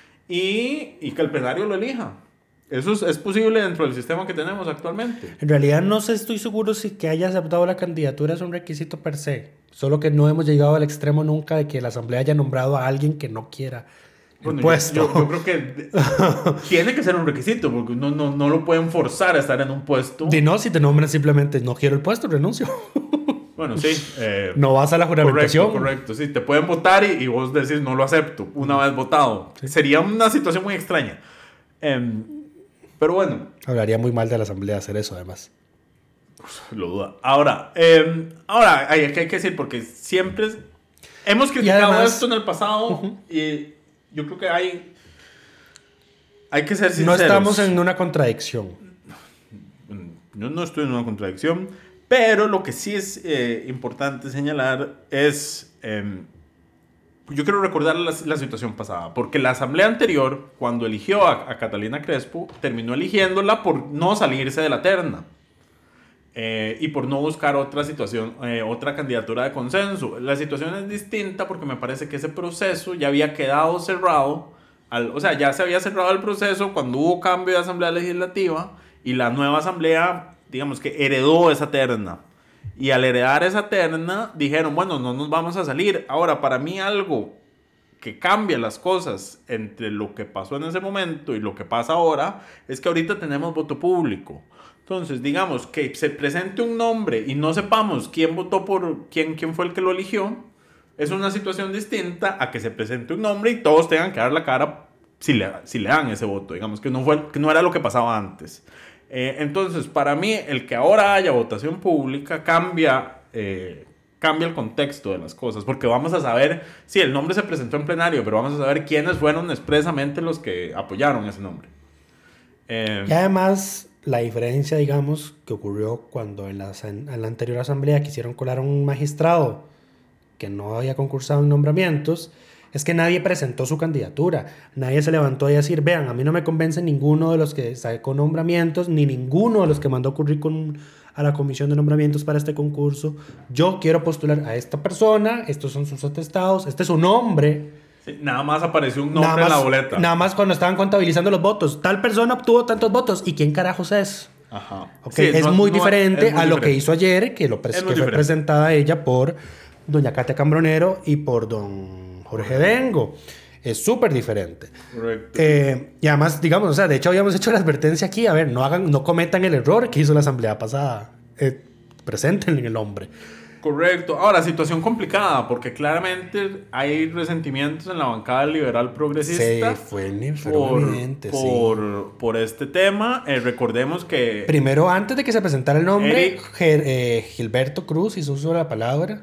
Y, y que el plenario lo elija. Eso es, es posible dentro del sistema que tenemos actualmente. En realidad no sé, estoy seguro si que haya aceptado la candidatura es un requisito per se. Solo que no hemos llegado al extremo nunca de que la Asamblea haya nombrado a alguien que no quiera Bueno, puesto. Yo, yo, yo creo que tiene que ser un requisito, porque no, no, no lo pueden forzar a estar en un puesto. Di no, si te nombran simplemente, no quiero el puesto, renuncio. Bueno, sí. Eh, no vas a la juramentación. Correcto, correcto. Sí, te pueden votar y, y vos decís, no lo acepto, una vez votado. Sí. Sería una situación muy extraña. Eh, pero bueno. Hablaría muy mal de la asamblea hacer eso, además. Lo duda. Ahora, eh, ahora hay, hay que decir, porque siempre hemos criticado además, esto en el pasado uh-huh. y yo creo que hay, hay que ser sinceros. No estamos en una contradicción. Yo no estoy en una contradicción, pero lo que sí es eh, importante señalar es, eh, yo quiero recordar la, la situación pasada, porque la asamblea anterior, cuando eligió a, a Catalina Crespo, terminó eligiéndola por no salirse de la terna. Eh, y por no buscar otra situación, eh, otra candidatura de consenso. La situación es distinta porque me parece que ese proceso ya había quedado cerrado, al, o sea, ya se había cerrado el proceso cuando hubo cambio de asamblea legislativa y la nueva asamblea, digamos que heredó esa terna. Y al heredar esa terna, dijeron, bueno, no nos vamos a salir. Ahora, para mí algo que cambia las cosas entre lo que pasó en ese momento y lo que pasa ahora, es que ahorita tenemos voto público. Entonces, digamos que se presente un nombre y no sepamos quién votó por quién, quién fue el que lo eligió, es una situación distinta a que se presente un nombre y todos tengan que dar la cara si le, si le dan ese voto. Digamos que no, fue, que no era lo que pasaba antes. Eh, entonces, para mí, el que ahora haya votación pública cambia, eh, cambia el contexto de las cosas, porque vamos a saber, sí, el nombre se presentó en plenario, pero vamos a saber quiénes fueron expresamente los que apoyaron ese nombre. Eh, y además, la diferencia, digamos, que ocurrió cuando en la, en la anterior asamblea quisieron colar a un magistrado que no había concursado en nombramientos, es que nadie presentó su candidatura. Nadie se levantó a decir, vean, a mí no me convence ninguno de los que sacó nombramientos, ni ninguno de los que mandó currículum a la comisión de nombramientos para este concurso. Yo quiero postular a esta persona, estos son sus atestados, este es su nombre. Sí, nada más apareció un nombre más, en la boleta. Nada más cuando estaban contabilizando los votos. Tal persona obtuvo tantos votos. ¿Y quién carajos es? Ajá. Okay, sí, es, no, muy no, diferente es muy a lo diferente. Que hizo ayer, que, lo pres- que fue presentada ella por doña Katia Cambronero y por don Jorge Dengo. Es súper diferente. Correcto. Eh, y además, digamos, o sea, de hecho habíamos hecho la advertencia aquí. A ver, no hagan, no cometan el error que hizo la asamblea pasada. Eh, presenten el nombre. Correcto. Ahora, situación complicada, porque claramente hay resentimientos en la bancada liberal progresista. Sí, fue, fue por, evidente, por, sí. por este tema. Eh, recordemos que... Primero, antes de que se presentara el nombre, Eric, Ger, eh, Gilberto Cruz hizo uso de la palabra.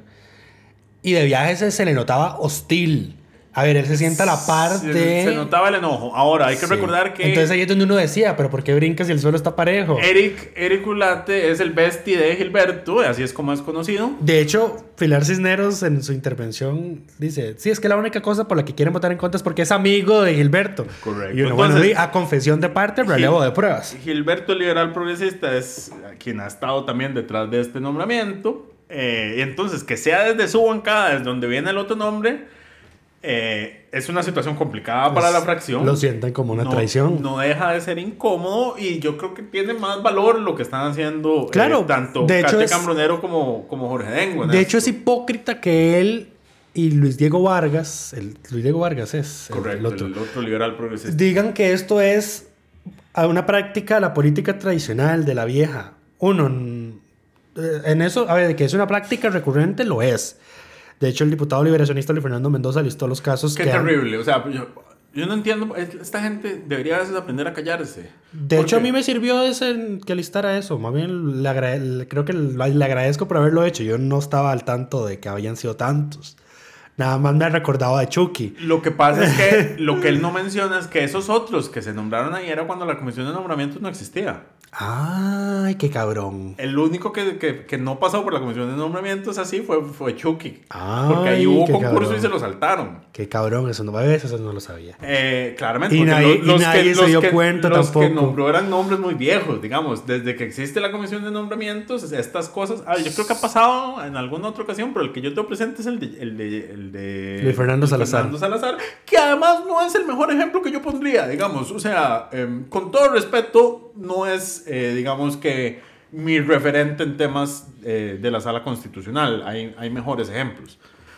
Y de viajes se, se le notaba hostil. A ver, él se sienta a la par se, de... Se notaba el enojo. Ahora, hay que sí. recordar que... Entonces ahí es donde uno decía, pero ¿por qué brincas si el suelo está parejo? Eric, Eric Ulate es el bestie de Gilberto, así es como es conocido. De hecho, Pilar Cisneros en su intervención dice, sí, es que la única cosa por la que quieren votar en contra es porque es amigo de Gilberto. Correcto. Y uno, entonces, bueno, a confesión de parte, relevo Gil, de pruebas. Gilberto, liberal progresista, es quien ha estado también detrás de este nombramiento. Eh, y entonces, que sea desde su bancada, desde donde viene el otro nombre... Eh, es una situación complicada pues, para la fracción. Lo sienten como una no, traición. No deja de ser incómodo y yo creo que tiene más valor lo que están haciendo claro, eh, tanto Katia Cambronero como, como Jorge Dengo. De hecho, es hipócrita que él y Luis Diego Vargas, el, Luis Diego Vargas es correcto, el otro, el otro liberal progresista, digan que esto es una práctica de la política tradicional de la vieja. Uno, en eso, a ver, de que es una práctica recurrente, lo es. De hecho, el diputado liberacionista Luis Fernando Mendoza listó los casos Qué que... Qué terrible. Han... O sea, yo, yo no entiendo... Esta gente debería a veces aprender a callarse. De hecho, a mí me sirvió ese, que listara eso. Más bien, le agrade... creo que le agradezco por haberlo hecho. Yo no estaba al tanto de que habían sido tantos. Nada más me recordaba de Chucky. Lo que pasa es que lo que él no menciona es que esos otros que se nombraron ahí era cuando la comisión de nombramientos no existía. ¡Ay, qué cabrón! El único que, que, que no pasó por la comisión de nombramientos así fue, fue Chucky. Ay, porque ahí hubo concurso cabrón. Y se lo saltaron. ¡Qué cabrón! Eso no, a veces eso no lo sabía. Eh, claramente. Y nadie, los, los y nadie que, se los dio que, cuenta los tampoco. Los que nombró eran nombres muy viejos, digamos. Desde que existe la comisión de nombramientos, estas cosas... Ah, yo creo que ha pasado en alguna otra ocasión, pero el que yo tengo presente es el de... El de, el de Luis Fernando Salazar. Fernando Salazar, que además no es el mejor ejemplo que yo pondría, digamos. O sea, eh, con todo respeto, no es, eh, digamos que mi referente en temas eh, de la sala constitucional. Hay, hay mejores ejemplos.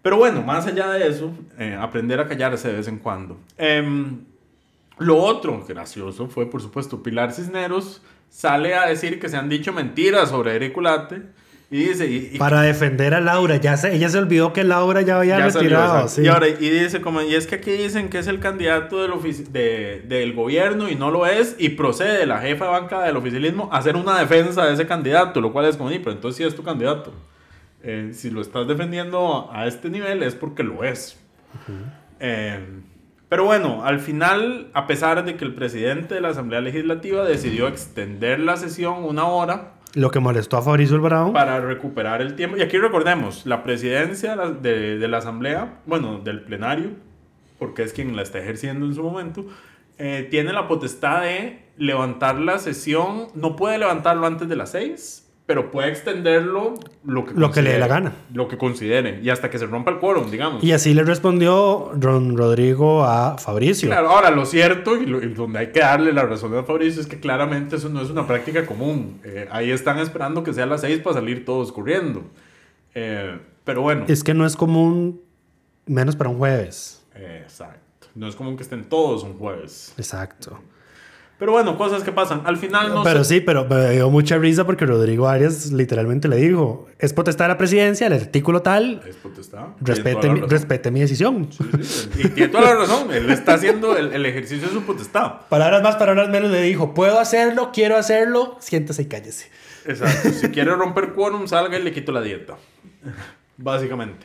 Pero bueno, más allá de eso, eh, aprender a callarse de vez en cuando. Eh, lo otro gracioso fue, por supuesto, Pilar Cisneros sale a decir que se han dicho mentiras sobre Eric Ulate. Y dice... Y, y para defender a Laura. Ya se, ella se olvidó que Laura ya había ya retirado. Salió, sí. Y ahora, y dice como... Y es que aquí dicen que es el candidato del, ofici- de, del gobierno y no lo es. Y procede la jefa de bancada del oficialismo a hacer una defensa de ese candidato. Lo cual es como... Pero entonces sí es tu candidato. Eh, si lo estás defendiendo a este nivel es porque lo es. Uh-huh. Eh, pero bueno, al final, a pesar de que el presidente de la Asamblea Legislativa decidió extender la sesión una hora... Lo que molestó a Fabricio Brown. Para recuperar el tiempo. Y aquí recordemos, la presidencia de, de la Asamblea, bueno, del plenario, porque es quien la está ejerciendo en su momento, eh, tiene la potestad de levantar la sesión. No puede levantarlo antes de las seis, pero puede extenderlo lo que, lo que le dé la gana. Lo que considere. Y hasta que se rompa el quórum, digamos. Y así le respondió Ron Rodrigo a Fabricio. Claro, ahora lo cierto, y, lo, y donde hay que darle la razón a Fabricio, es que claramente eso no es una práctica común. Eh, ahí están esperando que sea a las seis para salir todos corriendo. Eh, pero bueno. Es que no es común, menos para un jueves. Eh, exacto. No es común que estén todos un jueves. Exacto. Pero bueno, cosas que pasan. Al final no Pero sé... sí, pero me dio mucha risa porque Rodrigo Arias literalmente le dijo: es potestad de la presidencia, el artículo tal. Es potestad. Respete, mi, respete mi decisión. Sí, sí. Y tiene toda la razón. Él está haciendo el, el ejercicio de su potestad. Palabras más, palabras menos, le dijo: puedo hacerlo, quiero hacerlo, siéntese y cállese. Exacto. Si quiere romper quórum, salga y le quito la dieta. Básicamente.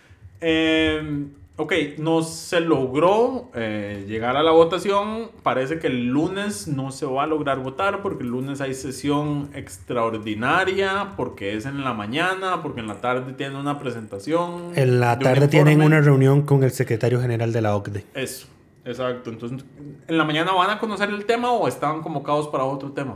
Eh... Ok, no se logró eh, llegar a la votación. Parece que el lunes no se va a lograr votar porque el lunes hay sesión extraordinaria, porque es en la mañana, porque en la tarde tienen una presentación. En la tarde un tienen una reunión con el secretario general de la O C D E. Eso, exacto. Entonces, ¿en la mañana van a conocer el tema o estaban convocados para otro tema?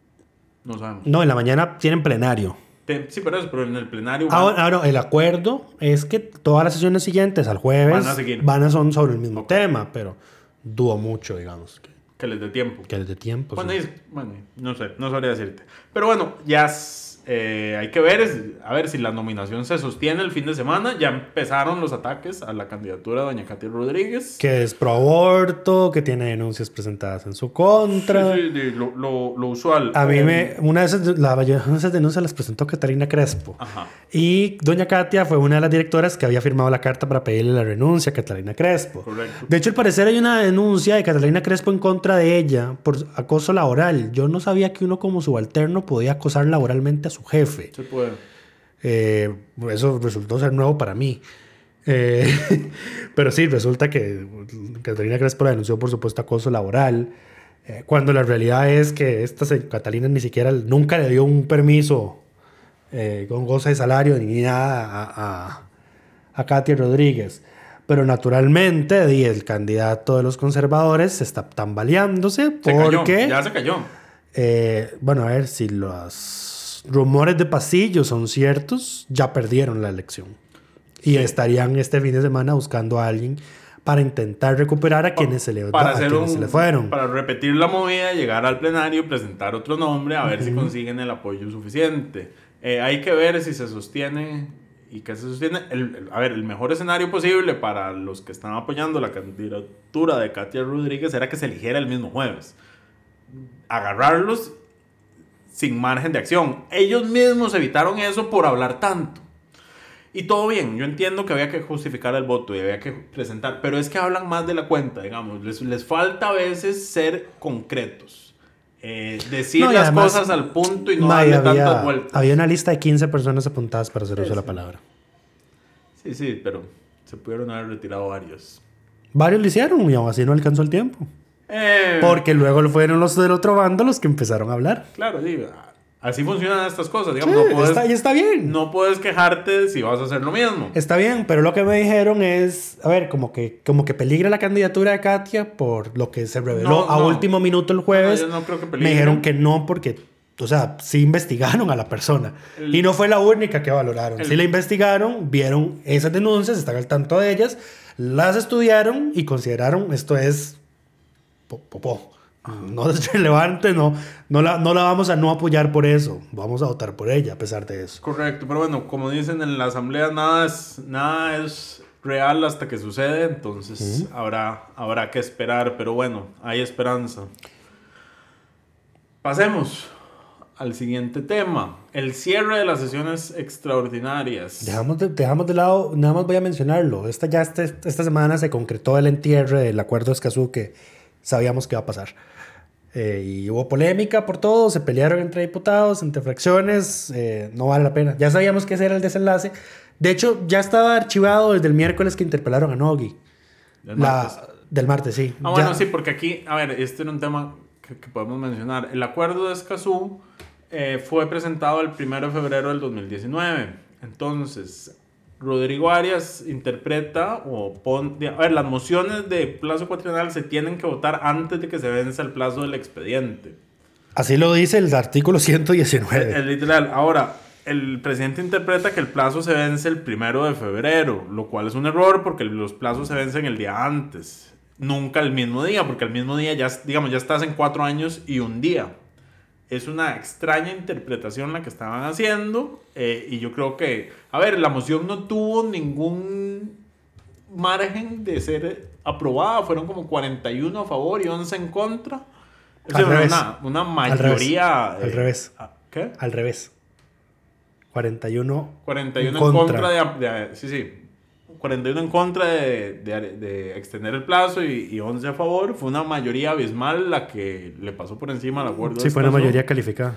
No sabemos. No, en la mañana tienen plenario. Sí, pero eso, pero en el plenario... Van... Ah, no, el acuerdo es que todas las sesiones siguientes al jueves van a, seguir. Van a son sobre el mismo okay. tema, pero dudo mucho, digamos. Que, que les dé tiempo. Que les dé tiempo, bueno, sí. es, bueno, no sé, no sabría decirte. Pero bueno, ya eh, hay que ver, a ver si la nominación se sostiene el fin de semana. Ya empezaron los ataques a la candidatura de doña Katia Rodríguez. Que es pro aborto, que tiene denuncias presentadas en su contra. Sí, sí, sí lo, lo, lo usual. A mí eh, me... Una de esas, la, esas denuncias las presentó Catalina Crespo. Ajá. Y doña Katia fue una de las directoras que había firmado la carta para pedirle la renuncia a Catalina Crespo. Correcto. De hecho, al parecer hay una denuncia de Catalina Crespo en contra de ella por acoso laboral. Yo no sabía que uno como subalterno podía acosar laboralmente a su jefe. Se puede. Eh, eso resultó ser nuevo para mí. Eh, pero sí, resulta que Catalina Crespo la denunció por supuesto acoso laboral. Eh, cuando la realidad es que esta Catalina ni siquiera, nunca le dio un permiso eh, con goce de salario ni nada a, a, a Katia Rodríguez. Pero naturalmente el candidato de los conservadores está tambaleándose porque... Se cayó, ya se cayó. Eh, bueno, a ver si los rumores de pasillo son ciertos, ya perdieron la elección. Y sí. estarían este fin de semana buscando a alguien para intentar recuperar a quienes se le, para a hacer quienes un, se le fueron. Para repetir la movida, llegar al plenario, presentar otro nombre, a ver uh-huh. si consiguen el apoyo suficiente. Eh, hay que ver si se sostiene y qué se sostiene. El, el, a ver, el mejor escenario posible para los que están apoyando la candidatura de Katia Rodríguez era que se eligiera el mismo jueves. Agarrarlos sin margen de acción. Ellos mismos evitaron eso por hablar tanto. Y todo bien, yo entiendo que había que justificar el voto y había que presentar, pero es que hablan más de la cuenta, digamos. Les, les falta a veces ser concretos. Eh, decir no, las además, cosas al punto y no darle había, tantas vueltas. Había una lista de quince personas apuntadas para hacer uso de la palabra. Sí, sí, pero se pudieron haber retirado varios. Varios lo hicieron y aún así no alcanzó el tiempo. Eh, Porque luego fueron los del otro bando los que empezaron a hablar. Claro, sí. Así funcionan estas cosas, digamos. Sí, no puedes, está, y está bien. No puedes quejarte si vas a hacer lo mismo. Está bien, pero lo que me dijeron es, a ver, como que, como que peligra la candidatura de Katia por lo que se reveló no, a no. último minuto el jueves. No, yo no creo que peligre. Me dijeron que no porque, o sea, sí investigaron a la persona. El, y no fue la única que valoraron. El, sí la investigaron, vieron esas denuncias, están al tanto de ellas, las estudiaron y consideraron esto es popó. no es relevante, no, no, la, no la vamos a no apoyar por eso, vamos a votar por ella a pesar de eso. Correcto, pero bueno, como dicen en la asamblea, nada es, nada es real hasta que sucede, entonces uh-huh. habrá, habrá que esperar, pero bueno, hay esperanza. Pasemos al siguiente tema, el cierre de las sesiones extraordinarias. Dejamos de, dejamos de lado, nada más voy a mencionarlo, esta, ya este, esta semana se concretó el entierre del acuerdo de Escazú que sabíamos que iba a pasar. Eh, y hubo polémica por todo, se pelearon entre diputados, entre fracciones, eh, no vale la pena. Ya sabíamos que ese era el desenlace. De hecho, ya estaba archivado desde el miércoles que interpelaron a Nogui. Del martes. La, del martes, sí. Ah, bueno, ya. Sí, porque aquí, a ver, este era un tema que, que podemos mencionar. El acuerdo de Escazú eh, fue presentado el primero de febrero del dos mil diecinueve. Entonces, Rodrigo Arias interpreta o pone... A ver, las mociones de plazo cuatrienal se tienen que votar antes de que se venza el plazo del expediente. Así lo dice el artículo ciento diecinueve. Es, es literal. Ahora, el presidente interpreta que el plazo se vence el primero de febrero, lo cual es un error porque los plazos se vencen el día antes. Nunca el mismo día, porque el mismo día ya, digamos, ya estás en cuatro años y un día. Es una extraña interpretación la que estaban haciendo eh, y yo creo que, a ver, la moción no tuvo ningún margen de ser aprobada, fueron como cuarenta y uno a favor y once en contra. O sea, una, una mayoría... Al revés. Eh, Al revés. ¿Qué? Al revés. cuarenta y uno, cuarenta y uno en contra, en contra de, de... Sí, sí. cuarenta y uno en contra de, de, de extender el plazo y, y once a favor. Fue una mayoría abismal la que le pasó por encima al acuerdo. Sí, fue una mayoría calificada.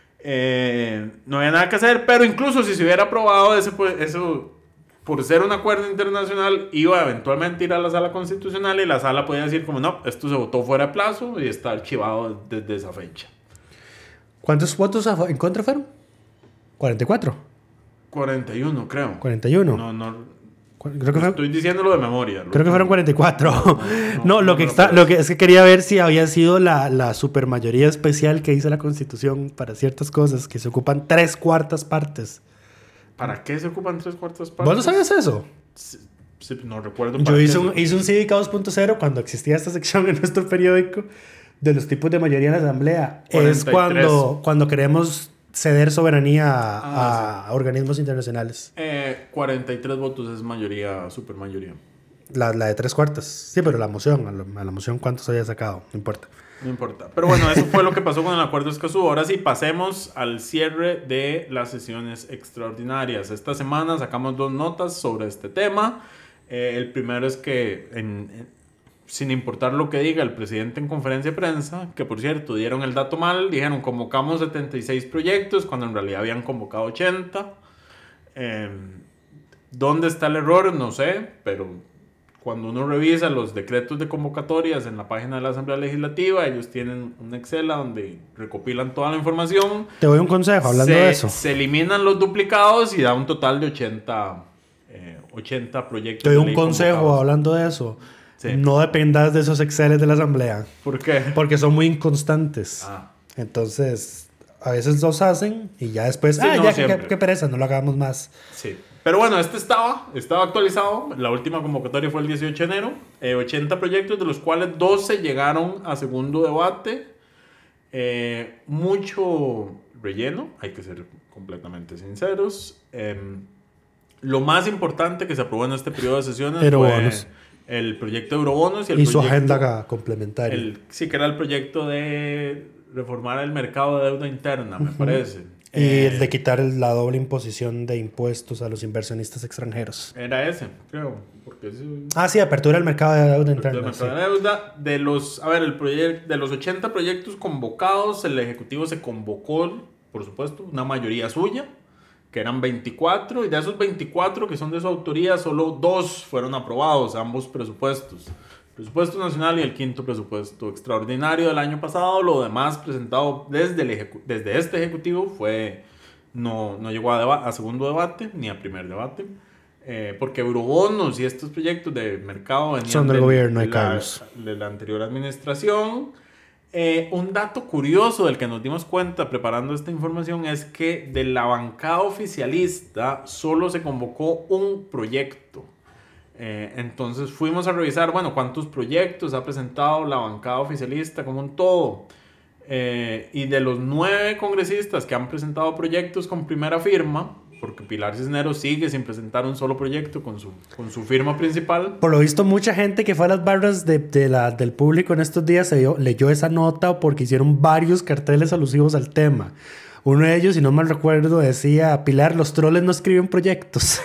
Eh, no había nada que hacer, pero incluso si se hubiera aprobado ese, pues, eso, por ser un acuerdo internacional, iba a eventualmente ir a la sala constitucional y la sala podía decir como no, esto se votó fuera de plazo y está archivado desde esa fecha. ¿Cuántos votos en contra fueron? cuarenta y cuatro. cuarenta y uno, creo. cuarenta y uno. No, no. Creo que fue, estoy diciéndolo de memoria. Creo que fueron cuarenta y cuatro. No, no, no, no lo, que no, está, lo que es que quería ver si había sido la, la supermayoría especial que hizo la Constitución para ciertas cosas, que se ocupan tres cuartas partes. ¿Para qué se ocupan tres cuartas partes? ¿Vos no sabías eso? Sí, sí, no recuerdo. Yo hice un, hice un Cívica dos punto cero cuando existía esta sección en nuestro periódico de los tipos de mayoría en la Asamblea. cuarenta y tres. Es cuando, cuando queremos ceder soberanía a, ah, a sí. organismos internacionales. Eh, cuarenta y tres votos es mayoría, supermayoría. La, la de tres cuartas. Sí, pero la moción, a la, a la moción cuántos había sacado, no importa. No importa. Pero bueno, eso fue lo que pasó con el acuerdo de Escazú. Ahora sí, pasemos al cierre de las sesiones extraordinarias. Esta semana sacamos dos notas sobre este tema. Eh, el primero es que, en, en, sin importar lo que diga el presidente en conferencia de prensa, que por cierto dieron el dato mal, dijeron convocamos setenta y seis proyectos cuando en realidad habían convocado ochenta. Eh, ¿Dónde está el error? No sé, pero cuando uno revisa los decretos de convocatorias en la página de la Asamblea Legislativa, ellos tienen un Excel donde recopilan toda la información. Te doy un consejo hablando se, de eso. Se eliminan los duplicados y da un total de ochenta, eh, ochenta proyectos. Te doy un consejo hablando de eso. Sí. No dependas de esos Exceles de la Asamblea. ¿Por qué? Porque son muy inconstantes. Ah. Entonces, a veces los hacen y ya después, sí, ah, no, ya, qué, qué pereza, no lo hagamos más. Sí. Pero bueno, este estaba, estaba actualizado. La última convocatoria fue el dieciocho de enero. Eh, ochenta proyectos, de los cuales doce llegaron a segundo debate. Eh, mucho relleno, hay que ser completamente sinceros. Eh, lo más importante que se aprobó en este periodo de sesiones Eurobonos. fue el proyecto de Eurobonos y, el y proyecto, su agenda complementaria. El, sí, que era el proyecto de reformar el mercado de deuda interna, me uh-huh. parece. Y eh, el de quitar el, la doble imposición de impuestos a los inversionistas extranjeros. Era ese, creo. Porque eso, ah, sí, apertura del mercado de deuda interna. El mercado sí. de deuda. De los, a ver, el proyecto, de los ochenta proyectos convocados, el Ejecutivo se convocó, por supuesto, una mayoría suya, que eran veinticuatro, y de esos veinticuatro que son de su autoría, solo dos fueron aprobados, ambos presupuestos. El presupuesto nacional y el quinto presupuesto extraordinario del año pasado. Lo demás presentado desde, el ejecu- desde este Ejecutivo fue, no, no llegó a, deba- a segundo debate ni a primer debate, eh, porque Eurobonos y estos proyectos de mercado venían son del, del gobierno de, de, Carlos. La, de la anterior administración. Eh, un dato curioso del que nos dimos cuenta preparando esta información es que de la bancada oficialista solo se convocó un proyecto. Eh, entonces fuimos a revisar, bueno, cuántos proyectos ha presentado la bancada oficialista como un todo. Eh, y de los nueve congresistas que han presentado proyectos con primera firma, porque Pilar Cisneros sigue sin presentar un solo proyecto con su, con su firma principal. Por lo visto, mucha gente que fue a las barras de, de la, del público en estos días se dio, leyó esa nota porque hicieron varios carteles alusivos al tema. Uno de ellos, si no mal recuerdo, decía: Pilar, los troles no escriben proyectos.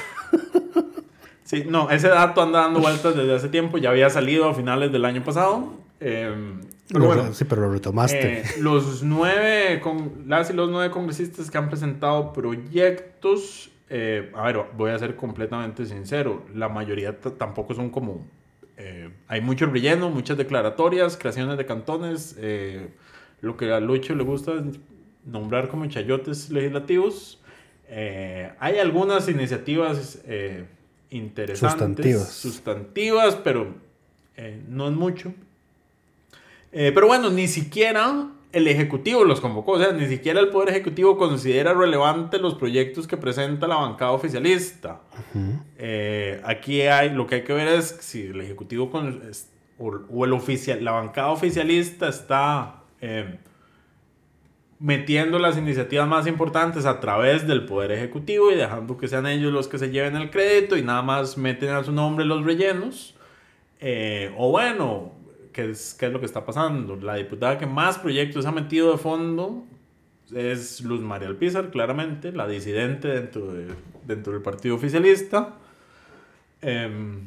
Sí, no, ese dato anda dando vueltas desde hace tiempo, ya había salido a finales del año pasado. Eh, pero bueno, sí, pero lo retomaste. Eh, los nueve, con, las y los nueve congresistas que han presentado proyectos, eh, a ver, voy a ser completamente sincero, la mayoría t- tampoco son como, eh, hay mucho relleno, muchas declaratorias, creaciones de cantones, eh, lo que a Lucho le gusta nombrar como chayotes legislativos. Eh, hay algunas iniciativas eh, interesantes, sustantivas, sustantivas pero eh, no es mucho. Eh, pero bueno, ni siquiera el Ejecutivo los convocó, o sea, ni siquiera el Poder Ejecutivo considera relevante los proyectos que presenta la bancada oficialista. Uh-huh. Eh, aquí hay, lo que hay que ver es si el Ejecutivo con, es, o, o el oficial, la bancada oficialista está eh, metiendo las iniciativas más importantes a través del Poder Ejecutivo y dejando que sean ellos los que se lleven el crédito y nada más meten a su nombre los rellenos. Eh, o bueno... ¿Qué es, ¿Qué es lo que está pasando? La diputada que más proyectos ha metido de fondo es Luz María Alpizar, claramente, la disidente dentro, de, dentro del partido oficialista. Eh,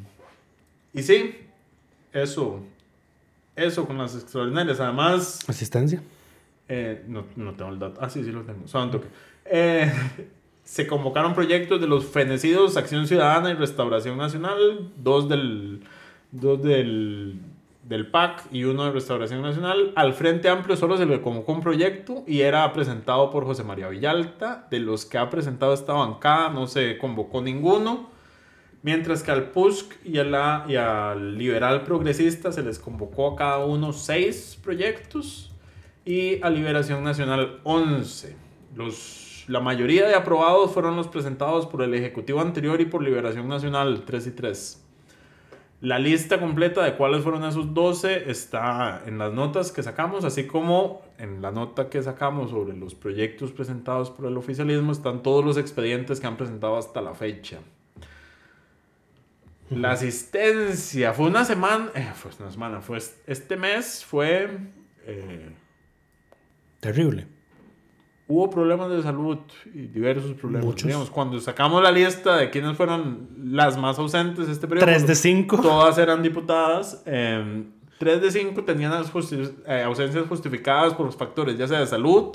y sí, eso, eso con las extraordinarias. Además... ¿Asistencia? Eh, no, no tengo el dato. Ah, sí, sí lo tengo. Solo un toque. Eh, se convocaron proyectos de los fenecidos Acción Ciudadana y Restauración Nacional, dos del... Dos del del P A C y uno de Restauración Nacional. Al Frente Amplio solo se le convocó un proyecto y era presentado por José María Villalta. De los que ha presentado esta bancada no se convocó ninguno, mientras que al P U S C y, a la, y al Liberal Progresista se les convocó a cada uno seis proyectos y a Liberación Nacional once. Los, la mayoría de aprobados fueron los presentados por el Ejecutivo anterior y por Liberación Nacional, tres y tres. La lista completa de cuáles fueron esos doce está en las notas que sacamos, así como en la nota que sacamos sobre los proyectos presentados por el oficialismo están todos los expedientes que han presentado hasta la fecha. La asistencia fue una semana, eh, fue una semana, fue este mes fue eh, terrible. Hubo problemas de salud y diversos problemas. Muchos. Digamos, cuando sacamos la lista de quiénes fueron las más ausentes este periodo, tres de cinco. Todas eran diputadas. Eh, tres de cinco tenían las justi- eh, ausencias justificadas por los factores, ya sea de salud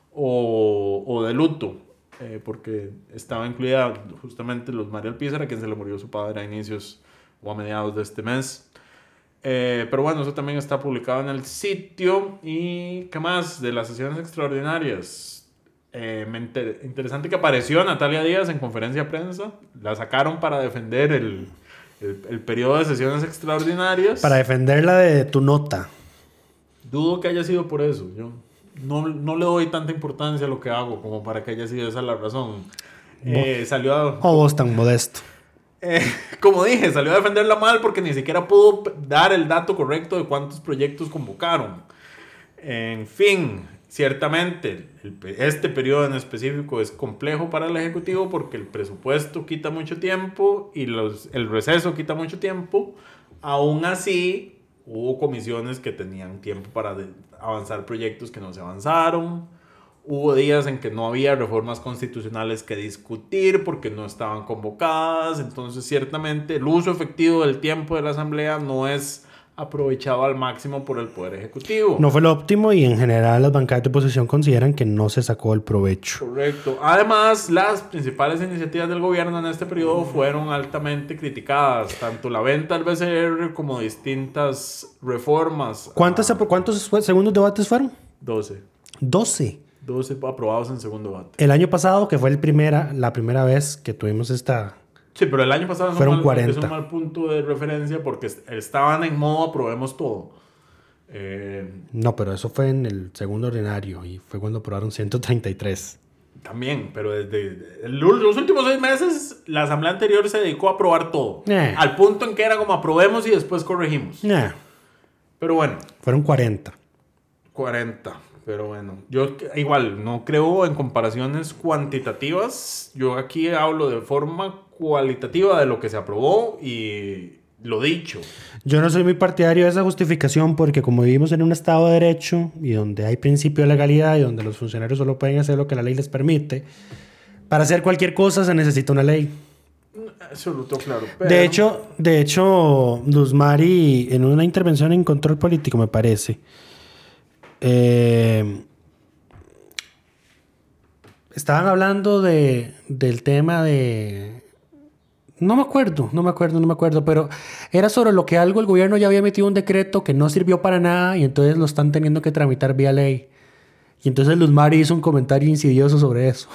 o, o de luto. Eh, porque estaba incluida justamente Luz María Alpizar, a quien se le murió su padre a inicios o a mediados de este mes. Eh, pero bueno, eso también está publicado en el sitio. ¿Y qué más? De las sesiones extraordinarias. Eh, me inter- interesante que apareció Natalia Díaz en conferencia de prensa. La sacaron para defender el, el, el periodo de sesiones extraordinarias. Para defenderla de tu nota. Dudo que haya sido por eso. Yo no, no le doy tanta importancia a lo que hago como para que haya sido esa la razón. Eh, salió a... O vos tan modesto. Eh, como dije, salió a defenderla mal porque ni siquiera pudo dar el dato correcto de cuántos proyectos convocaron. En fin, ciertamente el, este periodo en específico es complejo para el Ejecutivo porque el presupuesto quita mucho tiempo y los, el receso quita mucho tiempo. Aún así, hubo comisiones que tenían tiempo para de, avanzar proyectos que no se avanzaron. Hubo días en que no había reformas constitucionales que discutir porque no estaban convocadas. Entonces, ciertamente, el uso efectivo del tiempo de la Asamblea no es aprovechado al máximo por el Poder Ejecutivo. No fue lo óptimo y en general las bancadas de oposición consideran que no se sacó el provecho. Correcto. Además, las principales iniciativas del gobierno en este periodo fueron altamente criticadas. Tanto la venta del B C R como distintas reformas. ¿Cuántos, a... ¿cuántos segundos debates fueron? doce. doce. doce aprobados en segundo debate. El año pasado, que fue el primera, la primera vez que tuvimos esta... Sí, pero el año pasado es, fueron un mal, cuarenta. Es un mal punto de referencia porque estaban en modo aprobemos todo. Eh, no, pero eso fue en el segundo ordinario y fue cuando aprobaron ciento treinta y tres. También, pero desde los últimos seis meses la asamblea anterior se dedicó a aprobar todo. Eh. Al punto en que era como aprobemos y después corregimos. Eh. Pero bueno. Fueron cuarenta. cuarenta. Pero bueno, yo igual no creo en comparaciones cuantitativas. Yo aquí hablo de forma cualitativa de lo que se aprobó y lo dicho. Yo no soy muy partidario de esa justificación porque como vivimos en un Estado de Derecho y donde hay principio de legalidad y donde los funcionarios solo pueden hacer lo que la ley les permite, para hacer cualquier cosa se necesita una ley. Absoluto, claro. Pero... De hecho, de hecho, Luz Mari, en una intervención en Control Político, me parece, eh, estaban hablando de, del tema de... No me acuerdo, no me acuerdo, no me acuerdo, pero era sobre lo que algo el gobierno ya había metido un decreto que no sirvió para nada y entonces lo están teniendo que tramitar vía ley. Y entonces Luz Mari hizo un comentario insidioso sobre eso.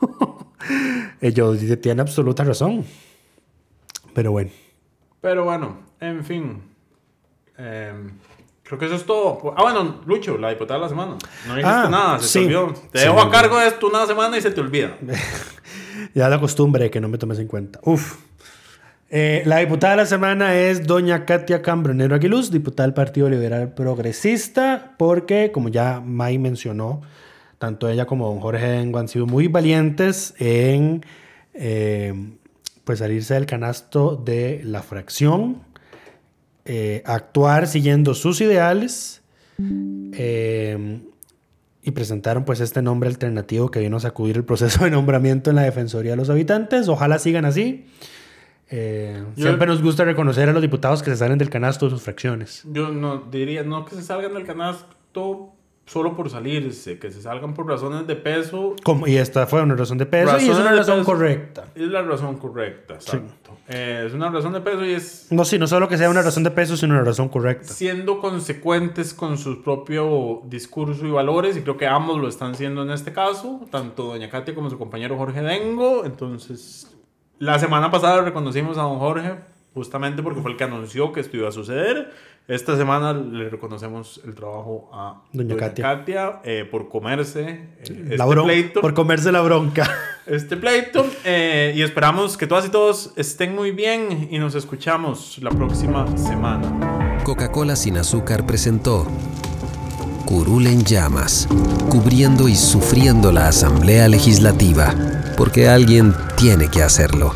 Ellos tienen absoluta razón. Pero bueno. Pero bueno, en fin. Eh, creo que eso es todo. Ah, bueno, Lucho, la diputada de la semana. No dijiste ah, nada, se sí. te olvidó. Te sí, dejo a cargo de esto una semana y se te olvida. Ya la costumbre que no me tomes en cuenta. Uf. Eh, la diputada de la semana es doña Katia Cambronero Aguiluz, diputada del Partido Liberal Progresista, porque, como ya May mencionó, tanto ella como don Jorge Dengo han sido muy valientes en eh, pues salirse del canasto de la fracción, eh, actuar siguiendo sus ideales eh, y presentaron pues este nombre alternativo que vino a sacudir el proceso de nombramiento en la Defensoría de los Habitantes. Ojalá sigan así. Eh, siempre nos gusta reconocer a los diputados que se salen del canasto de sus fracciones. Yo no diría, no que se salgan del canasto solo por salirse, que se salgan por razones de peso. Como, y esta fue una razón de peso razones y es una razón peso, correcta. Es la razón correcta, exacto. Sí. Eh, es una razón de peso y es... No, sí, no solo que sea una razón de peso, sino una razón correcta. Siendo consecuentes con su propio discurso y valores, y creo que ambos lo están siendo en este caso, tanto doña Katia como su compañero Jorge Dengo. Entonces... La semana pasada reconocimos a don Jorge justamente porque fue el que anunció que esto iba a suceder. Esta semana le reconocemos el trabajo a doña, doña Katia, Katia eh, por comerse eh, este bron- pleito. Por comerse la bronca. Este pleito. Eh, y esperamos que todas y todos estén muy bien y nos escuchamos la próxima semana. Coca-Cola sin azúcar presentó Curul en llamas, cubriendo y sufriendo la Asamblea Legislativa, porque alguien tiene que hacerlo.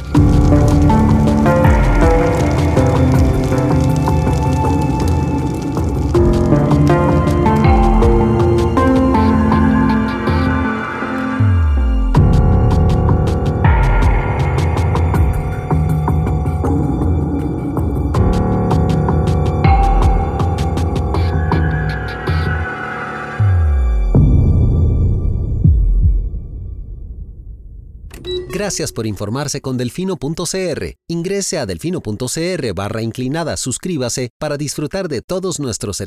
Gracias por informarse con delfino punto c r. Ingrese a delfino punto c r barra inclinada, suscríbase para disfrutar de todos nuestros servicios.